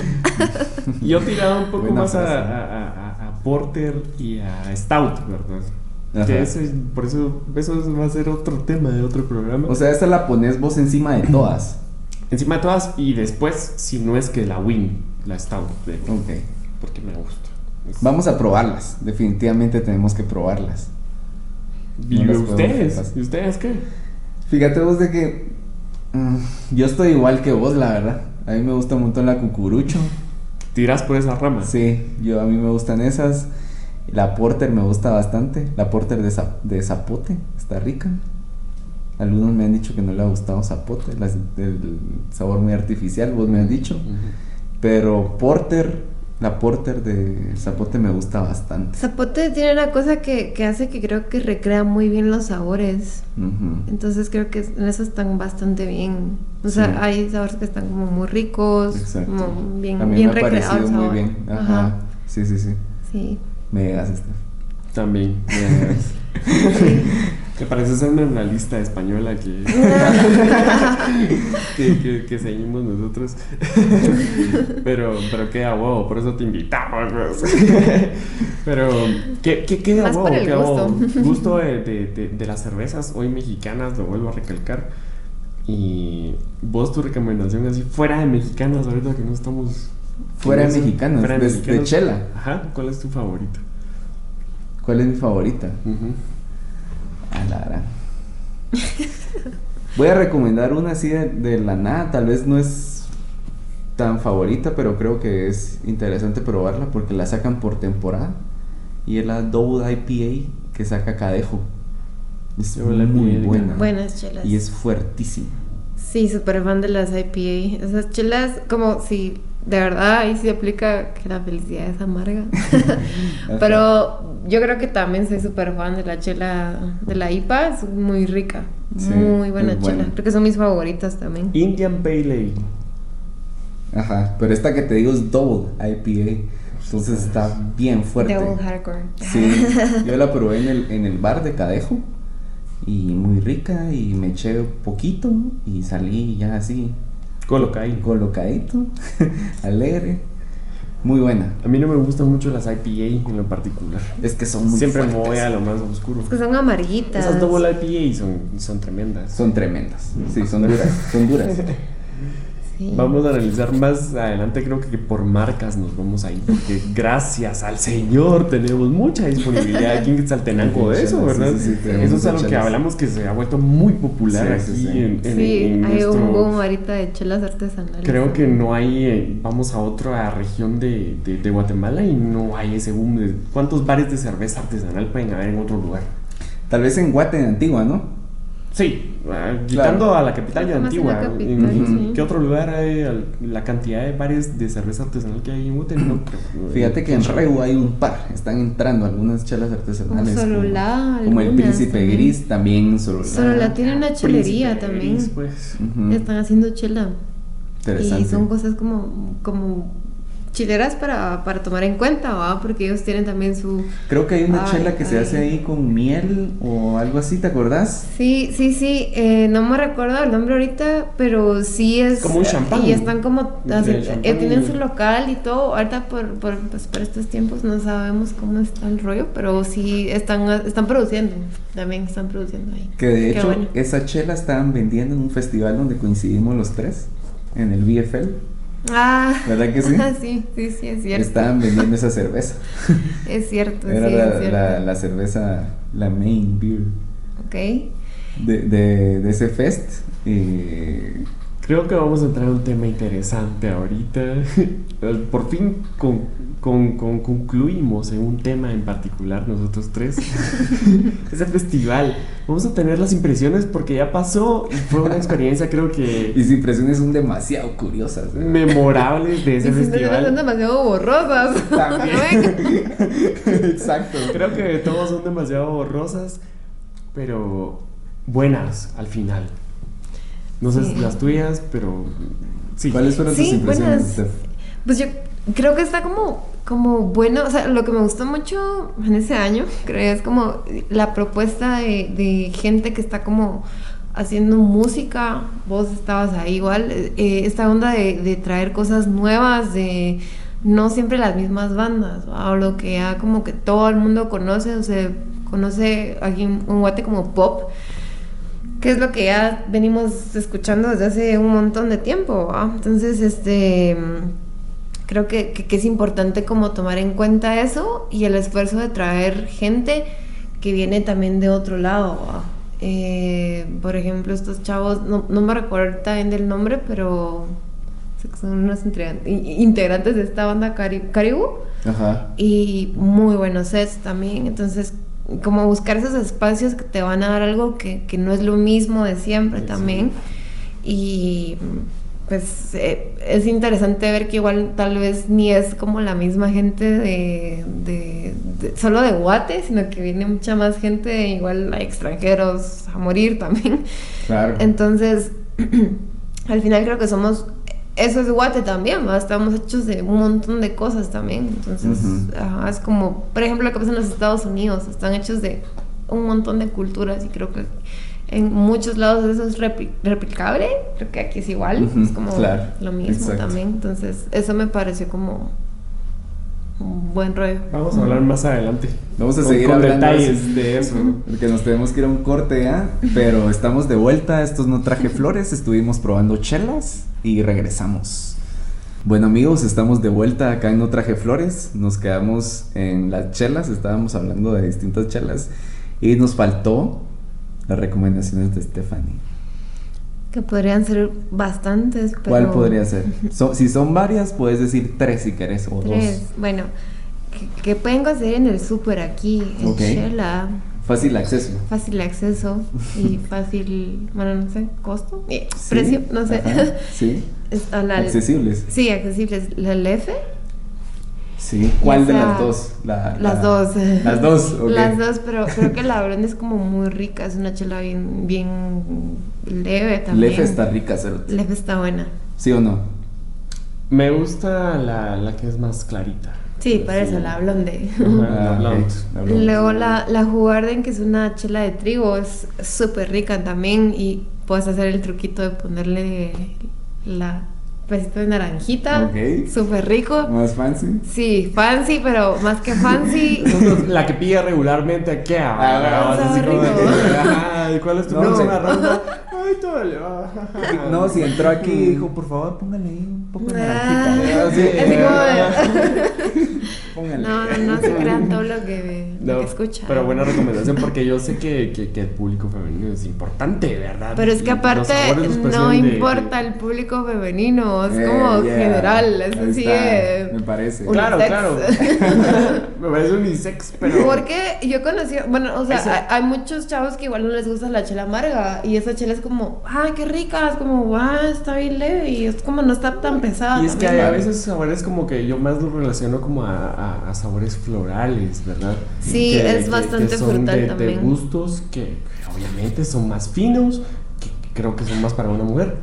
Yo he tirado un poco Buena más a, frase. a- a- a Porter y a Stout, ¿verdad? Ajá. Que ese- por eso, eso va a ser otro tema de otro programa. O sea, esta la pones vos encima de todas. Encima de todas, y después, si no es que la Win, la Stout, de- Ok. porque me gusta. Es- Vamos a probarlas. Definitivamente tenemos que probarlas. ¿Y no las podemos ustedes? pasar. ¿Y ustedes qué? Fíjate vos de que mm, yo estoy igual que vos, la verdad. A mí me gusta un montón la cucurucho. ¿Tirás por esa rama? Sí, yo a mí me gustan esas. La porter me gusta bastante. La porter de, zap- de zapote está rica. Algunos me han dicho que no le ha gustado zapote, las- el sabor muy artificial, vos me has dicho. Ujú. Pero porter, la porter de zapote me gusta bastante. Zapote tiene una cosa que, que hace que creo que recrea muy bien los sabores. Ujú. Entonces creo que en eso están bastante bien. O Sí. sea, hay sabores que están como muy ricos, Exacto. como bien, a mí bien me ha recreado el parecido muy sabor. bien. Ajá. Ajá. Sí, sí, sí. Sí. Me llegas, Steph. También. Me parece ser una analista española que, que, que, que seguimos nosotros. Pero, pero queda huevo, por eso te invitamos. pues. Pero, ¿qué, qué queda Más huevo? por el Queda huevo. gusto. Gusto de, de, de, de las cervezas hoy mexicanas, lo vuelvo a recalcar. Y vos, tu recomendación así, fuera de mexicanas, ahorita que no estamos. Fuera en de eso, mexicanas, fuera de- de mexicanas. chela. Ajá, ¿cuál es tu favorita? ¿Cuál es mi favorita? Ujú. A la gran. Voy a recomendar una así de, de la nada. Tal vez no es tan favorita, pero creo que es interesante probarla porque la sacan por temporada. Y es la Double I P A que saca Cadejo. Es Double muy I P A, buena. Buenas chelas. Y es fuertísima. Sí, súper fan de las I P A. Esas chelas, como si de verdad ahí sí aplica que la felicidad es amarga. Pero yo creo que también soy súper fan de la chela de la I P A. Es muy rica. Sí, muy buena es chela. buena. Creo que son mis favoritas también. Indian Pale Ale. Ajá, pero esta que te digo es Double I P A. Entonces está bien fuerte. Double hardcore. Sí, yo la probé en el, en el bar de Cadejo y muy rica y me eché poquito y salí ya así Colocai. colocadito, alegre, muy buena. A mí no me gustan mucho las I P A en lo particular. Es que son muy Siempre me fuertes. voy a lo más oscuro. Es que son amarguitas. Esas double I P A son, son tremendas. Son tremendas, sí, son duras, son duras. Sí. Vamos a analizar más adelante, creo que por marcas nos vamos a ir, porque gracias al Señor tenemos mucha disponibilidad aquí en Quetzaltenango de eso, ¿verdad? Sí, sí, sí, tenemos Eso es algo muchas que chelas. hablamos que se ha vuelto muy popular Sí, sí, aquí sí. en, en, Sí, en hay nuestro... un boom ahorita de chelas artesanales. Creo que no hay, eh, vamos a otra región de, de, de Guatemala y no hay ese boom de... ¿Cuántos bares de cerveza artesanal pueden haber en otro lugar? Tal vez en Guate, en Antigua, ¿no? Sí, ah, quitando a la capital de Más en Antigua. la capital, ¿En sí. qué otro lugar hay al- la cantidad de bares de cerveza artesanal que hay en Guate? No creo. Fíjate que en Reu hay un par, están entrando algunas chelas artesanales. Como Sololá, como el algunas Príncipe también. Gris, también Sololá. Sololá tiene una chelería Príncipe también. Gris, pues. Ujú. Están haciendo chela. Interesante. Y son cosas como, como chileras para, para tomar en cuenta, ¿va? Porque ellos tienen también su... Creo que hay una Ay, chela que se ay. hace ahí con miel o algo así, ¿te acordás? Sí, sí, sí, eh, no me recuerdo el nombre ahorita, pero sí es... Como un champán. Y están como... De así, champán eh, tienen y- su local y todo. Ahorita por, por, pues, por estos tiempos no sabemos cómo está el rollo, pero sí están, están produciendo. También están produciendo ahí. Que de Qué hecho bueno. esa chela estaban vendiendo en un festival donde coincidimos los tres, en el V F L. Ah, ¿Verdad que sí? sí, sí, sí, es cierto. Estaban vendiendo esa cerveza. Es cierto, Era sí, la, es cierto. la, la cerveza, la main beer Ok. de, de, de ese fest. Y Creo que vamos a entrar en un tema interesante ahorita. Por fin con, con, con- concluimos en un tema en particular nosotros tres. Ese festival. Vamos a tener las impresiones porque ya pasó y fue una experiencia creo que mis impresiones son demasiado curiosas. ¿eh? memorables de ese Y si no son festival. demasiado borrosas. También. Exacto. Creo que todos son demasiado borrosas, pero buenas al final. No sé Sí. las tuyas, pero sí. ¿Cuáles fueron tus Sí, impresiones, buenas. Steph? Pues yo creo que está como, como bueno, o sea, lo que me gustó mucho en ese año, creo, es como la propuesta de, de gente que está como haciendo música, vos estabas ahí igual, eh, esta onda de, de traer cosas nuevas, de no siempre las mismas bandas, ¿va? O lo que ya como que todo el mundo conoce, o sea, conoce aquí en en Guate como pop, que es lo que ya venimos escuchando desde hace un montón de tiempo, ¿va? Entonces, este, creo que, que, que es importante como tomar en cuenta eso y el esfuerzo de traer gente que viene también de otro lado, ¿va? Eh, por ejemplo, estos chavos, no, no me recuerdo también del nombre, pero son unos integrantes, integrantes de esta banda Cari- Caribú Ajá. y muy buenos sets también, entonces como buscar esos espacios que te van a dar algo que, que no es lo mismo de siempre Sí. también y pues eh, es interesante ver que igual tal vez ni es como la misma gente de, de- de- solo de Guate, sino que viene mucha más gente, igual hay extranjeros a morir también. Claro. Entonces, al final creo que somos, eso es Guate también, ¿va? Estamos hechos de un montón de cosas también. Entonces, Ujú. ajá, es como, por ejemplo, lo que pasa en los Estados Unidos, están hechos de un montón de culturas y creo que en muchos lados eso es repli- replicable, creo que aquí es igual, Ujú, es como claro, lo mismo exacto. también. Entonces, eso me pareció como un buen rollo. Vamos a hablar más adelante. Vamos a Con- seguir con hablando detalles de eso. porque nos tenemos que ir a un corte ya, pero estamos de vuelta. Estos No Traje Flores, estuvimos probando chelas y regresamos. Bueno amigos, estamos de vuelta acá en No Traje Flores. Nos quedamos en las chelas, estábamos hablando de distintas chelas y nos faltó las recomendaciones de Stephanie. Que podrían ser bastantes, pero... ¿Cuál podría ser? So- si son varias, puedes decir tres si querés o Tres. Bueno, que, que pueden conseguir en el súper aquí, en Ok. Shela. dos. Fácil acceso. Fácil acceso y fácil, bueno, no sé, costo, eh, Sí, precio, no sé. ajá, sí. Es a la- Accesibles. Sí, accesibles. La Lefe, Sí. ¿Cuál de Esa- las dos? La- las la- dos. Las dos, ok. Las dos, pero creo que la blonde es como muy rica, es una chela bien, bien leve también. Lefe está rica, cerote. Lefe está buena. ¿Sí o no? Me gusta la, la que es más clarita. Sí, para eso, la blonde. Ajá, la Ah, blonde. ok, la blonde. Luego la, la Jugarden, que es una chela de trigo, es súper rica también y puedes hacer el truquito de ponerle la pedacito de naranjita, Ok. súper rico. ¿Más fancy? Sí, fancy, pero más que fancy, La que pide regularmente, ¿qué? Ah, Así como de rico. que, ajá, ¿y ¿cuál es tu No, próxima hombre. ronda? Ay, todo le va. No, si entró aquí y dijo, por favor, póngale ahí un poco de Ah, naranjita. Así, así como de- Póngale. No, no, no se crean todo lo que, lo No, que escuchan. pero buena recomendación porque yo sé que, que, que el público femenino es importante, ¿verdad? Pero es que Y los aparte sabores los no perciben de- importa de- el público femenino, es Eh, como yeah, general, es ahí así está, de me parece. unisex. Claro, claro. Me parece unisex, pero. Porque yo conocí, bueno, o sea, Ese- hay, hay muchos chavos que igual no les gusta la chela amarga y esa chela es como, ay, qué rica, es como, ah, está bien leve y es como no está tan pesada. Y es que también. hay a veces sabores como que yo más lo relaciono como a, a, a sabores florales, ¿verdad? Sí, Que- es que- bastante que son frutal de, de también. gustos que, que obviamente son más finos, que, que creo que son más para una mujer.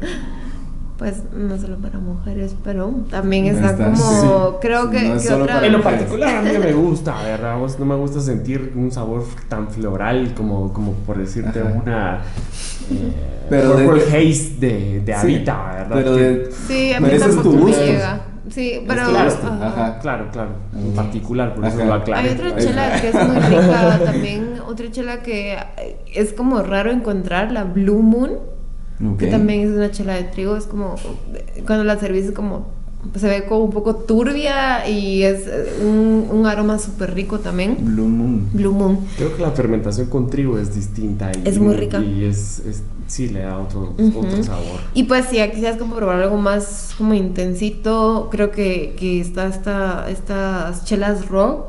Pues no solo para mujeres, pero también Ahí está está, como, sí. creo que, No es que solo otra... para En lo mujeres. particular a mí no me gusta, ¿verdad? Vos no me gusta sentir un sabor tan floral como, como por decirte Ajá. una eh, Pero Purple de- Haze de, de Sí, Avita, ¿verdad? Pero Que- de, Sí, a mí pero ese es tampoco tu me gusto. llega. Sí, pero... tu gusto, ajá. ajá. Claro, claro, en Mm. particular, por eso Ajá. lo aclaré. Hay otra Ahí chela está. que es muy rica también, otra chela que es como raro encontrar, la Blue Moon, Ok. que también es una chela de trigo, es como, cuando la servís es como, se ve como un poco turbia y es un, un aroma súper rico también. Blue Moon. Blue Moon. Creo que la fermentación con trigo es distinta y, Es muy rica. y es, es- sí le da otro, Ujú. otro sabor. Y pues si ya quisieras como probar algo más como intensito, creo que, que está esta, estas chelas Rogue,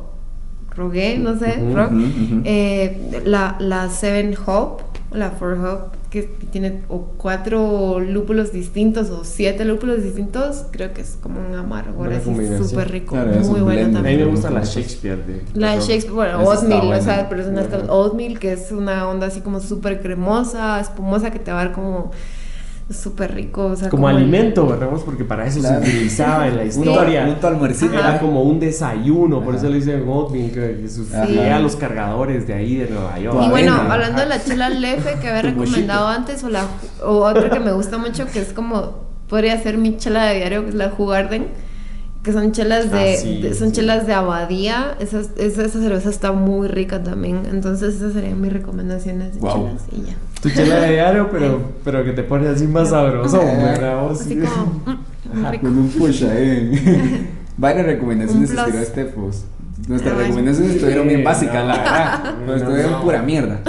Rogue, no sé, Ujú, Rogue, ujú, ujú. eh, la, la Seven Hope, la Four Hope, que tiene o cuatro lúpulos distintos o siete lúpulos distintos, creo que es como un amargor Buena así combinación. súper rico, Claro, es muy un buena blend. A mí también. me gusta la Ujú. Shakespeare de La de- Shakespeare, bueno, Esa está Oatmeal, o buena. sea, pero es una Ujú. Oatmeal que es una onda así como súper cremosa, espumosa, que te va a dar como súper rico, o sea, como el- alimento, ¿verdad? Porque para eso Claro. se utilizaba en la Un historia. to- un to almuercito. Era Ajá. como un desayuno, por Ajá. eso le dicen oatmeal, que que sus- Ajá. llega a los cargadores de ahí de Nueva York. Y Tu bueno, avena. hablando de la chela Lefe que había Tu recomendado mochito. antes, o la o otra que me gusta mucho, que es como, podría ser mi chela de diario, que es la Jugarden, que son chelas de, Ah, sí, de- son sí. chelas de abadía, esa, esa, esa cerveza está muy rica también, entonces esas serían mis recomendaciones de Wow. chelas y ya. Tu chela de diario, pero, pero que te pone así más sabroso, Ajá. ¿verdad? Vos? Así como, mm, muy rico. Con un push ahí. Varias recomendaciones Un plus. estiró Estefos. Nuestras Ah, bueno. recomendaciones estuvieron bien Sí, básicas, no. la verdad. Pero No, estuvieron no. pura mierda.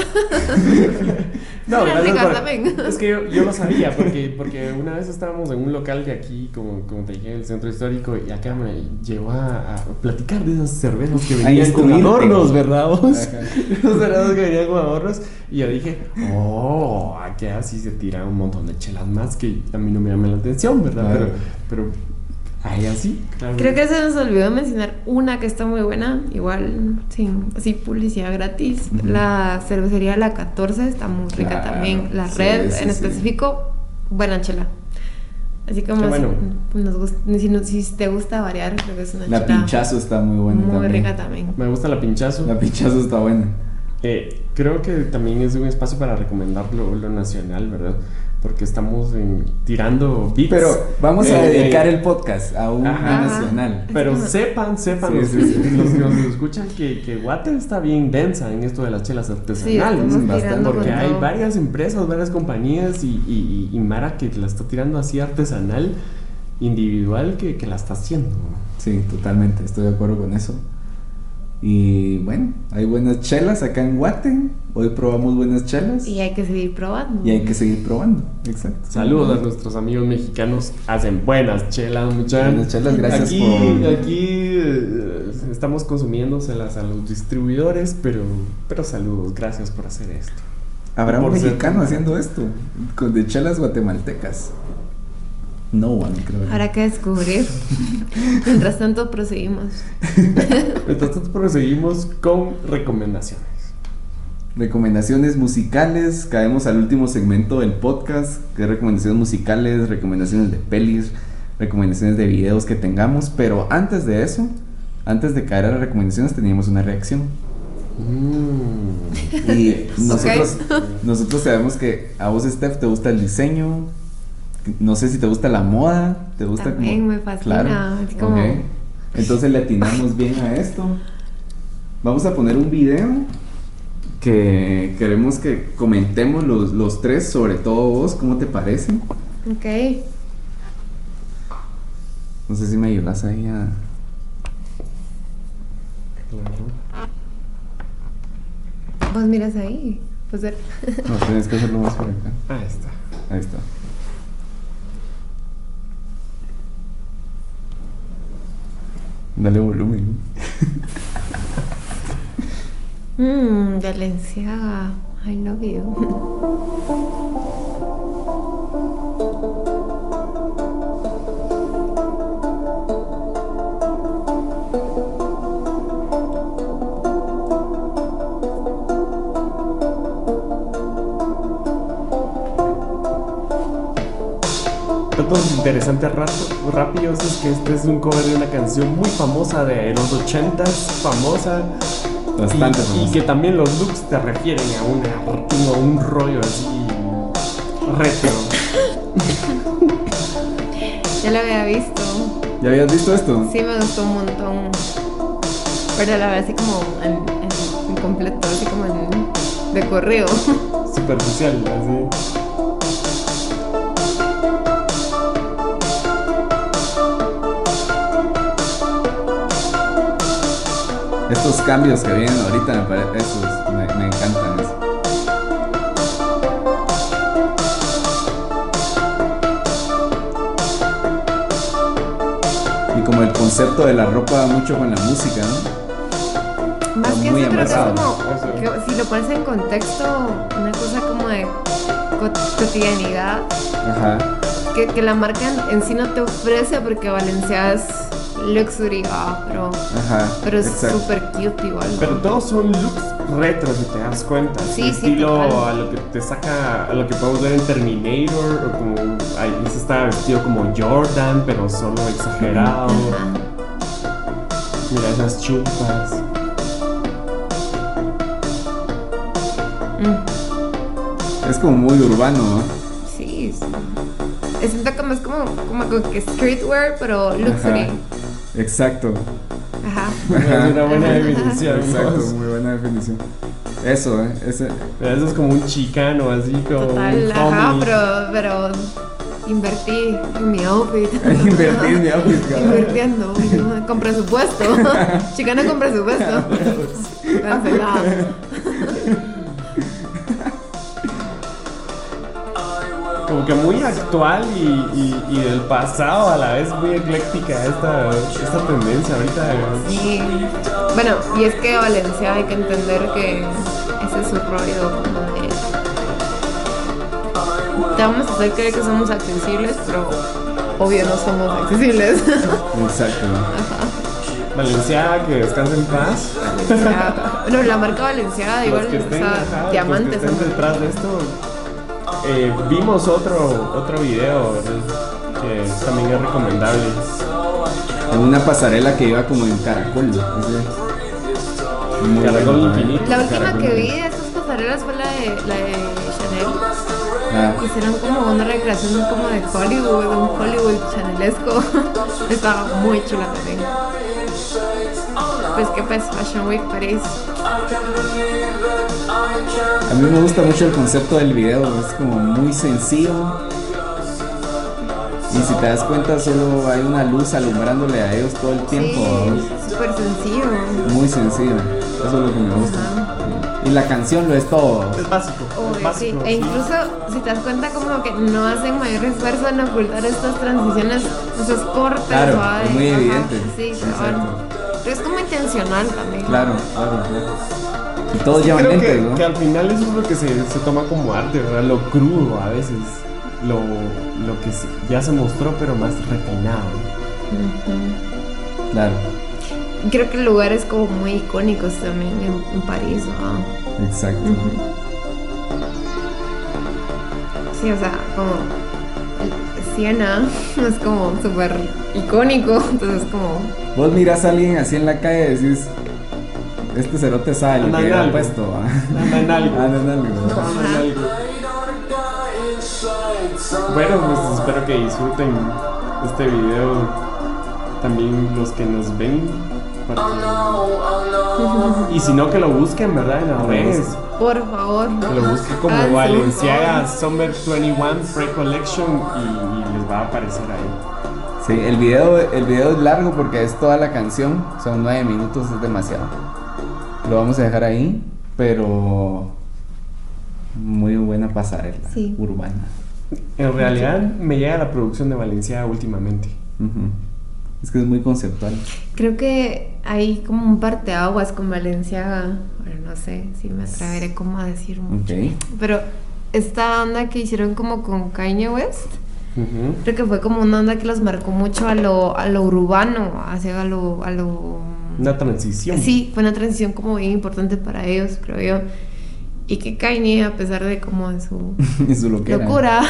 No, Era gracias rica por- también. Es que yo, yo lo sabía, porque, porque una vez estábamos en un local de aquí, como, como te dije, en el centro histórico, y acá me llevó a, a platicar de esas cervezas que A venían con instruirte. adornos, ¿verdad vos? Ajá. Los cervezas que venían con adornos, y yo dije, oh, aquí así se tiran un montón de chelas más que a mí no me llaman la atención, ¿verdad? Claro. Pero, pero, ahí así, claro. Creo que se nos olvidó mencionar una que está muy buena, igual sin así publicidad gratis. Ujú. La cervecería La catorce está muy rica Claro, también. La sí, Red sí, en sí. específico, buena chela. Así como Qué si, bueno. nos gusta, si, no- si te gusta variar, creo que es una La chela pinchazo está muy buena muy también. rica también. Me gusta la pinchazo. La pinchazo está buena. Eh, creo que también es un espacio para recomendar lo, lo nacional, ¿verdad? Porque estamos en- tirando beats. Pero vamos a Eh, dedicar eh, el podcast a un Ajá. nacional. Pero Ajá. sepan, sepan Sí, los, sí, sí. los que nos escuchan que, que Guate está bien densa en esto de las chelas artesanales. estamos bastante, tirando Porque con hay todo. varias empresas, varias compañías y, y, y- y Mara que la está tirando así artesanal, individual, que, que la está haciendo. Sí, totalmente, estoy de acuerdo con eso. Y bueno, hay buenas chelas acá en Guate. Hoy probamos buenas chelas. Y hay que seguir probando. Y hay que seguir probando. Exacto. Saludos a nuestros amigos mexicanos, hacen buenas chelas, muchachos. Buenas chelas, gracias aquí, por- Aquí eh, estamos consumiéndoselas a los distribuidores, pero, pero saludos, gracias por hacer esto. ¿Habrá un Por ser mexicano tan- haciendo esto? Con de chelas guatemaltecas. No one, creo. yo. Habrá que descubrir. Mientras tanto, proseguimos. Entonces proseguimos con recomendaciones. Recomendaciones musicales. Caemos al último segmento del podcast, que es recomendaciones musicales, recomendaciones de pelis, recomendaciones de videos que tengamos. Pero antes de eso, antes de caer a las recomendaciones, teníamos una reacción. Mm. Y nosotros, nosotros sabemos que a vos, Steph, te gusta el diseño. No sé si te gusta la moda. ¿Te gusta También como- me fascina, Claro. así como- Ok. Entonces le atinamos bien a esto. Vamos a poner un video que queremos que comentemos los, los tres, sobre todo vos, ¿cómo te parece? Ok. No sé si me ayudas ahí a... Vos miras ahí. Pues ver. No, tienes que hacerlo más por acá. Ahí está. Ahí está. Dale volumen. Mmm, Valenciaga. I love you. Datos interesantes rato, rápidos es que este es un cover de una canción muy famosa de los ochentas, famosa. Bastante y, famosa. y que también los looks te refieren a, una, a un rollo así retro. Ya lo había visto. ¿Ya habías visto esto? Sí, me gustó un montón. Pero la verdad, así como en, en, en completo, así como en, de correo. Superficial, así. Estos cambios que vienen ahorita me parecen, esos me, me encantan. Eso. Y como el concepto de la ropa mucho con la música, ¿no? Más Está que muy eso, creo que es amarrado. como, que si lo pones en contexto, una cosa como de co- cotidianidad, Ajá. que, que la marca en, en sí no te ofrece, porque Valenciaga es luxury, ah, pero, Ajá. pero es exacto. súper cute igual. ¿no? Pero todos son looks retro, si te das cuenta. Sí, Su sí, estilo total. a lo que te saca, a lo que podemos ver en Terminator, o como ahí se está vestido como Jordan, pero solo exagerado. Ajá. Mira esas chupas. Mm, Es como muy urbano, ¿no? sí, sí. Siento como es como, como, como que streetwear, pero luxury. Ajá. Exacto. Ajá. Es una buena definición. Exacto, vos. muy buena definición. Eso, ¿eh? Ese. Eso es como un chicano, así como Total, un ajá, homie. pero, pero invertí en mi outfit. Invertir mi outfit, cabrón. Invirtiendo, ¿no? Con presupuesto. Chicana con presupuesto. Cancelado. Como que muy actual y, y, y del pasado a la vez muy ecléctica esta, esta tendencia ahorita. Sí. Bueno, y es que Valencia hay que entender que ese es su rollo como de... Te vamos a hacer creer que somos accesibles, pero obvio no somos accesibles. Exacto. Valenciaga, que descanse en paz. Valenciaga. Bueno, la marca Valenciaga, igual, Los que o estén, sea, ajá, diamantes. los que estén son- detrás de esto. Eh, vimos otro, otro video ¿verdad? Que también es recomendable. En una pasarela que iba como en caracol. Ese. Muy Caracol bueno, ¿eh? infinito. La última Caracol que vi infinito. de estas pasarelas fue la de, la de Chanel. Ah, Hicieron como una recreación como de Hollywood, un Hollywood chanelesco. Estaba muy chula también. Pues que pues Fashion Week París. a mí me gusta mucho el concepto del video, es como muy sencillo. Y si te das cuenta, solo hay una luz alumbrándole a ellos todo el tiempo. Sí, súper sencillo. Muy sencillo. Eso es lo que me gusta. Y la canción lo es todo. Es básico. Obvio, es sí. básico. E incluso si te das cuenta como que no hacen mayor esfuerzo en ocultar estas transiciones, esos cortes. Claro, suaves, es muy ajá, evidente. Sí, Exacto. cabal. Pero es como intencional también. Claro, claro, claro. Y todos llevan Creo lentes, que, ¿no? que al final eso es lo que se, se toma como arte, ¿verdad? Lo crudo a veces. Lo, lo que se- ya se mostró, pero más refinado. Ujú. Claro, Creo que lugares como muy icónicos también en, en París. ¿No? exacto. Ujú. Sí, o sea, como el Siena es como súper icónico, entonces como... Vos mirás a alguien así en la calle y decís, este cerote sabe lo Anda que en hubiera algo. puesto. ¿Va? Anda en algo. Anda en algo, ¿no? Anda en algo. Bueno, pues espero que disfruten este video también los que nos ven, para que Y si no, que lo busquen, ¿verdad? En las redes. Por favor. Que lo busquen como Ah, sí. Balenciaga Summer veintiuno Pre Collection y, y les va a aparecer ahí. Sí, el video, el video es largo porque es toda la canción, son nueve minutos, es demasiado. Lo vamos a dejar ahí, pero muy buena pasarela Sí. urbana. En realidad me llega la producción de Balenciaga últimamente. Ujú. Es que es muy conceptual. Creo que hay como un parteaguas con Balenciaga. Bueno, no sé si me atreveré como a decir mucho. Ok. Pero esta onda que hicieron como con Kanye West, Ujú. creo que fue como una onda que los marcó mucho a lo, a lo urbano, hacia a lo, a lo... Una transición. Sí, fue una transición como bien importante para ellos, creo yo. Y que Kanye, a pesar de como de su Y su loquera. locura,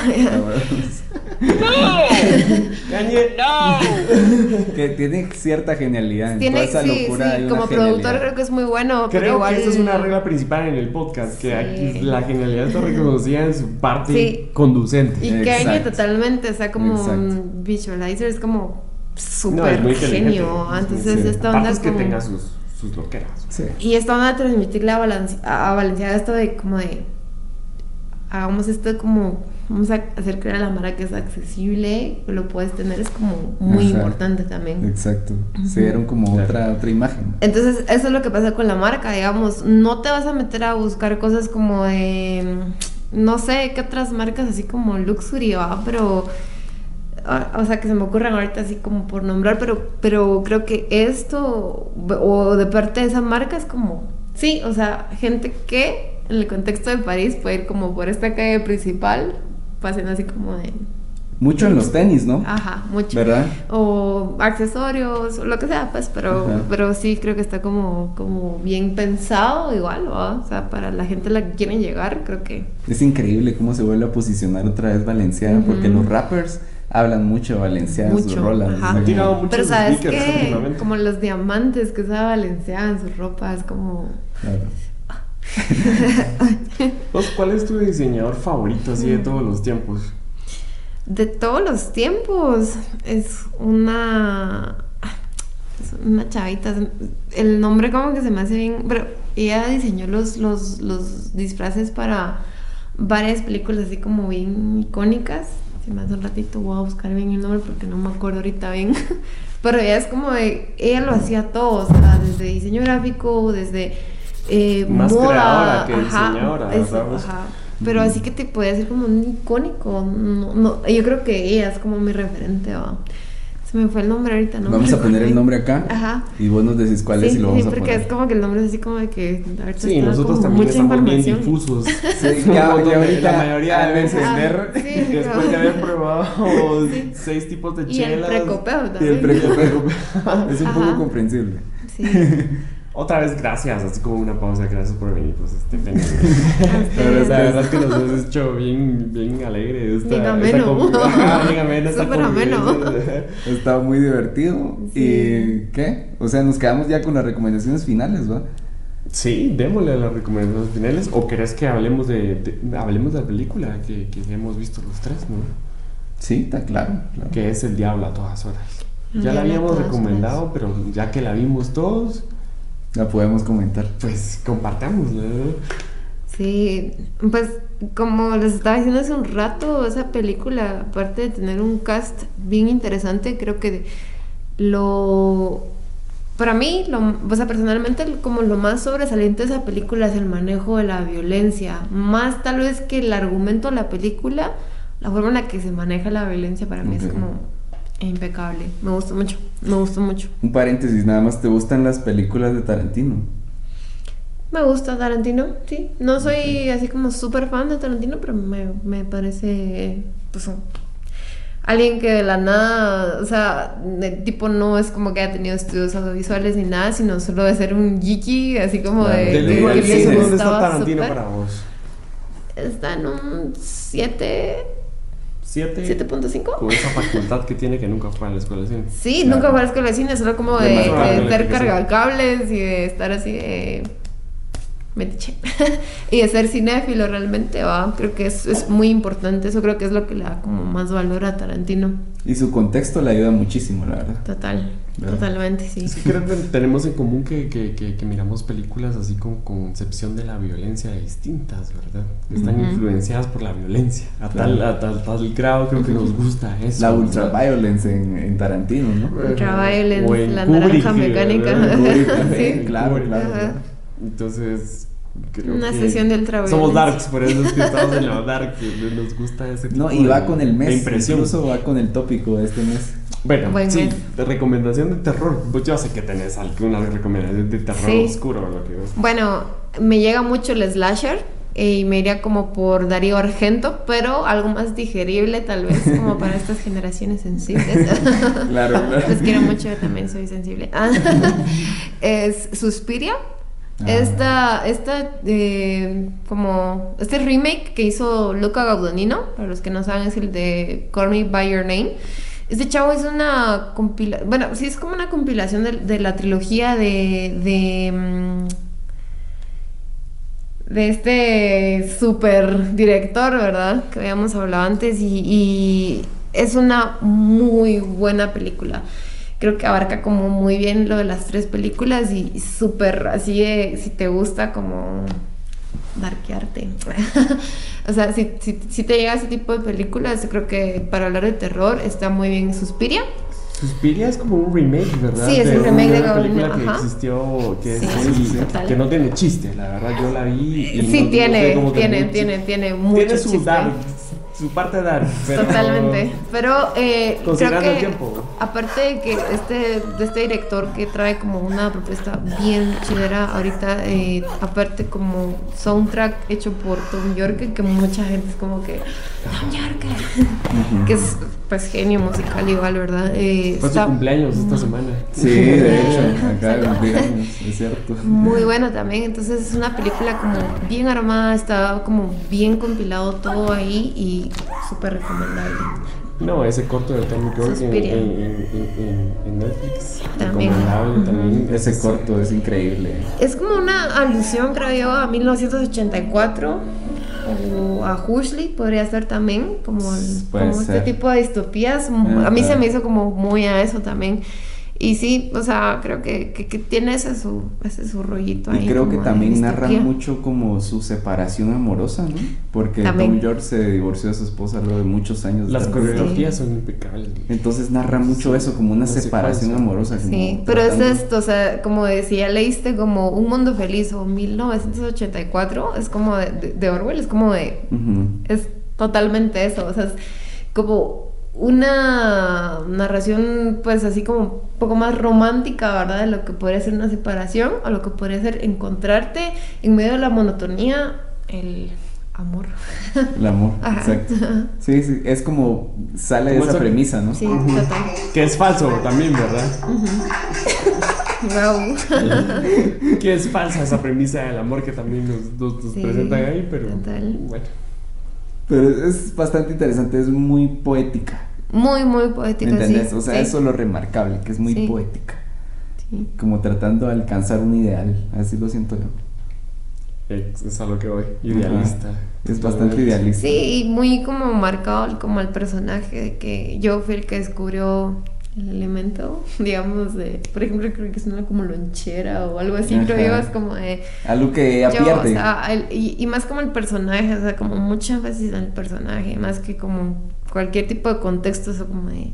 Kanye. No! Que tiene cierta genialidad. En tiene, toda esa sí, locura hay sí, una como productor genialidad. creo que es muy bueno. pero Creo igual... que esa es una regla principal en el podcast, que Sí. aquí la genialidad está reconocida en su parte Sí. conducente. Y Kanye Exacto. totalmente, o sea, como Exacto. un visualizer es como No, súper es muy inteligente. genio. Entonces Sí. esta Aparte onda es que como... tenga sus, sus loqueras. Sí. Y esta onda de transmitirle a, Balenci- a a Valenciaga esto de como de... Hagamos esto como... Vamos a hacer creer a la mara que es accesible, que lo puedes tener, es como muy Ajá. importante también. Exacto. Se dieron como Claro. otra, otra imagen. Entonces, eso es lo que pasa con la marca, digamos. No te vas a meter a buscar cosas como de... No sé qué otras marcas así como luxury, ¿va? Pero... ah, O sea, que se me ocurran ahorita así como por nombrar, pero, pero creo que esto, o de parte de esa marca, es como... Sí, o sea, gente que en el contexto de París puede ir como por esta calle principal, pasen así como de... Mucho en los tenis, ¿no? Ajá, mucho. ¿Verdad? O accesorios, o lo que sea, pues, pero, Ajá. pero sí creo que está como, como bien pensado igual, ¿va? O sea, para la gente a la que quieren llegar, creo que... Es increíble cómo se vuelve a posicionar otra vez Valenciaga, Ujú. porque los rappers hablan mucho de Valenciaga en sus Mucho, rolas. ajá. o sea, Han tirado como- muchos Pero sabes sneakers que últimamente. como los diamantes que usaba Valenciaga en sus ropas, como... Claro. Vos, ¿cuál es tu diseñador favorito así de todos los tiempos? De todos los tiempos, es una... Es una chavita, el nombre como que se me hace bien, pero ella diseñó los, los, los disfraces para varias películas así como bien icónicas. Se me hace un ratito, voy a buscar bien el nombre porque no me acuerdo ahorita bien. Pero ella es como de, ella lo hacía todo, o sea, desde diseño gráfico, desde eh, Más moda, creadora que ajá, diseñadora, eso, ¿verdad? ajá. Pero así que te puede decir como un icónico, no, no, yo creo que ella es como mi referente, ¿va? Se me fue el nombre ahorita, no me Vamos a recuerdo poner el bien. nombre acá Ajá. y vos nos decís cuál es Sí, y lo sí, vamos a porque poner. es como que el nombre es así como de que ahorita Sí, está nosotros como también mucha estamos bien información. difusos. Sí, Un ya, montón ya de- ahorita la mayoría al de veces, entender. Ah, sí, después no. de haber probado Sí. seis tipos de Y el chelas. precopeo Y el también. precopeo es un Ajá. poco comprensible. Sí. Otra vez, gracias, así como una pausa, gracias por venir, pues, este, Penny. A La verdad, ustedes. la verdad es que nos has hecho bien, bien alegre esta, Bien esta ameno. con- Ajá, bien ameno esta Súper ameno. convivencia. Estaba muy divertido. Sí. ¿Y qué? O sea, nos quedamos ya con las recomendaciones finales, ¿va? Sí, démosle a las recomendaciones finales. ¿O querés que hablemos de, de- hablemos de la película que, que hemos visto los tres, ¿no? Sí, está claro. claro. Que es El Diablo a todas horas. El Ya la Diablo a habíamos todas recomendado, pero ya que la vimos todos, La podemos comentar. pues compartámosla, ¿no? Sí, pues como les estaba diciendo hace un rato, esa película, aparte de tener un cast bien interesante, creo que lo... Para mí, lo, o sea, personalmente, como lo más sobresaliente de esa película es el manejo de la violencia. Más tal vez que el argumento de la película, la forma en la que se maneja la violencia para mí Ok. es como impecable. Me gustó mucho, me gustó mucho. Un paréntesis, nada más, ¿te gustan las películas de Tarantino? Me gusta Tarantino, sí. No soy así como súper fan de Tarantino, pero me, me parece, pues, un- alguien que de la nada, o sea, de tipo no es como que haya tenido estudios audiovisuales ni nada, sino solo de ser un geeky, así como Claro. de... Del de- uno de- al de- diez, de- ¿dónde está estaba Tarantino súper. para vos? Está en un siete, ¿Siete? siete punto cinco. Con esa facultad que tiene que nunca fue a la escuela de cine. Sí, Claro. nunca fue a la escuela de cine, solo como De de, marcar de la ser aplicación. cargacables y de estar así de... metiche. Y de ser cinéfilo realmente, ¿va? Creo que es, es muy importante. Eso creo que es lo que le da como más valor a Tarantino. Y su contexto le ayuda muchísimo, la verdad. Total, ¿verdad? totalmente, sí. Es que creo que tenemos en común que, que, que, que miramos películas así con concepción de la violencia distintas, ¿verdad? Están Ujú. influenciadas por la violencia. A Claro. tal, a tal, tal grado creo que nos gusta eso. La ¿verdad? ultraviolence en, en Tarantino, ¿no? Ultraviolence, O en la Kubrick, naranja mecánica. ¿verdad? Kubrick también, Sí. claro, Kubrick. claro, Ajá. claro. Entonces, creo Una que sesión de ultraviolencia. somos darks, por eso es que estamos en lo dark, que nos gusta ese tipo No, y va de- con el de mes, impresión. incluso va con el tópico de este mes. Bueno, Buen sí, mes. de recomendación de terror. Pues yo sé que tenés alguna recomendación de terror Sí. oscuro, lo que vos. Bueno, me llega mucho el slasher y me iría como por Darío Argento, pero algo más digerible tal vez como para estas generaciones sensibles. Claro, claro. Los quiero mucho, yo también soy sensible. Es Suspiria. Ah. Esta, esta eh, como este remake que hizo Luca Guadagnino, para los que no saben, es el de Call Me by Your Name. Este chavo es una compilación, bueno, sí es como una compilación de, de la trilogía de de, mm, de este super director, ¿verdad? Que habíamos hablado antes y, y es una muy buena película. Creo que abarca como muy bien lo de las tres películas y súper así de, si te gusta como darkearte. O sea, si, si, si te llega ese tipo de películas, creo que para hablar de terror está muy bien Suspiria. Suspiria es como un remake, ¿verdad? Sí, es un remake de una Gabriel, película que ajá. existió, que, Sí, es sí, sí, total. que no tiene chiste, la verdad, yo la vi y Sí, no- no tiene, sé cómo tiene, terminó. tiene, tiene mucho Tiene su chiste. dark, su parte dark, pero Totalmente. Pero eh, creo Considerando que el tiempo. aparte de que este, de este director que trae como una propuesta bien chidera ahorita, eh, aparte como soundtrack hecho por Tom Yorke, que mucha gente es como que Tom Yorke, que es pues genio musical igual, ¿verdad? Eh, fue su está cumpleaños esta semana. Sí, de hecho, acá de cumpleaños, es cierto. muy buena también, entonces es una película como bien armada, está como bien compilado todo ahí y súper recomendable. No, ese corto de Tom York en, Suspiria. en, en, en- en Netflix. También. Recomendable Ujú. también. Ese Es- corto es increíble. Es como una alusión, creo yo, a mil novecientos ochenta y cuatro o a Huxley, podría ser también, como, el- Puede como este ser. tipo de distopías. A mí Ajá. se me hizo como muy a eso también. Y sí, o sea, creo que, que, que tiene ese su, ese su rollito ahí. Y creo que como de también narra distopía. mucho como su separación amorosa, ¿no? Porque También. Tom York se divorció de su esposa luego de muchos años. de Las estar juntos. coreografías son impecables. Entonces narra mucho Sí. eso, como una Una separación secuencia. amorosa. como Sí, pero es tratando- esto, o sea, como decía, leíste como Un Mundo Feliz o mil novecientos ochenta y cuatro, es como de, de, de Orwell, es como de, Ujú. es totalmente eso, o sea, es como una narración pues así como un poco más romántica, ¿verdad? De lo que podría ser una separación o lo que podría ser encontrarte en medio de la monotonía, el amor. El amor, Ajá. exacto. Sí, sí, es como sale de Como esa esa- premisa, ¿no? Sí, total. Que es falso también, ¿verdad? Wow. Que es falsa esa premisa del amor que también nos, nos, nos Sí, presentan ahí, pero total. bueno. Pero es bastante interesante, es muy poética. Muy, muy ¿Me poética, entendés? sí. O sea, sí, eso es lo remarcable, que es muy Sí. poética. sí. Como tratando de alcanzar un ideal, así lo siento yo. Es, es a lo que voy. Idealista. Ajá. Es bastante idealista. Sí, y muy como marcado como el personaje de que yo fui el que descubrió el elemento, digamos, de, por ejemplo, creo que es una como lonchera o algo así, creo yo, Ajá. es como de, Algo que ella yo, pierde. o sea, el- y, y más como el personaje, o sea, como mucha énfasis en el personaje, más que como cualquier tipo de contexto, eso como de,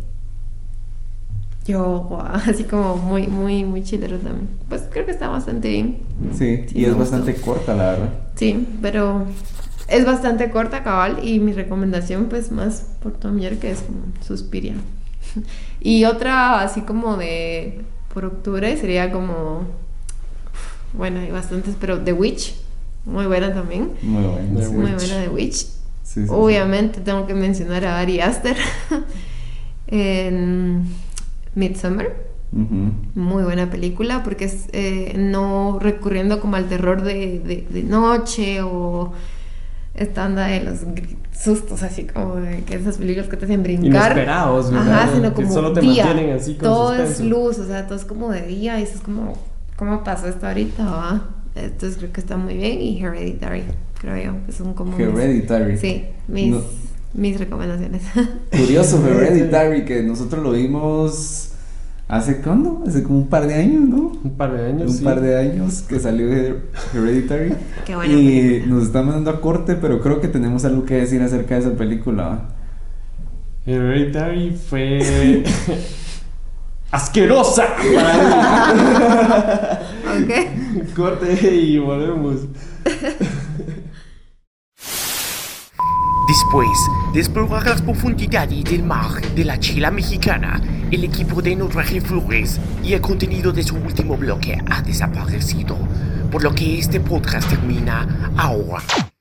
yo, guau, así como muy, muy, muy chilero también. Pues creo que está bastante bien. Sí, Sí, y me es gustó. bastante corta, la verdad. Sí, pero es bastante corta, cabal, y mi recomendación, pues, más por Tom York, que es como Suspiria. Y otra, así como de por octubre, sería como, bueno, hay bastantes, pero The Witch, muy buena también. Muy bueno. The sí. Muy Witch. buena The Witch. Sí, sí, sí. Obviamente tengo que mencionar a Ari Aster en Midsommar. Ujú. Muy buena película porque es eh, no recurriendo como al terror de, de, de noche o esta onda de los gr- sustos así como de que esas películas que te hacen brincar. Inesperados, ¿verdad? Ajá, sino Que como solo te día. mantienen así con todo suspenso. es luz, o sea, todo es como de día y eso es como, ¿cómo pasó esto ahorita? ¿Va? Entonces creo que está muy bien. Y Hereditary, creo yo, que son como... Hereditary. Mis, sí, mis, No. mis recomendaciones. Curioso, Hereditary, que nosotros lo vimos hace cuándo, hace como un par de años, ¿no? Un par de años, Un sí. par de años que salió Her- Hereditary. Qué buena Y película. nos está mandando a corte, pero creo que tenemos algo que decir acerca de esa película. Hereditary fue... ¡asquerosa! Ok. Corte y volvemos. Después de explorar las profundidades del mar de la chela mexicana, el equipo de Nutraje Flores y el contenido de su último bloque ha desaparecido, por lo que este podcast termina ahora.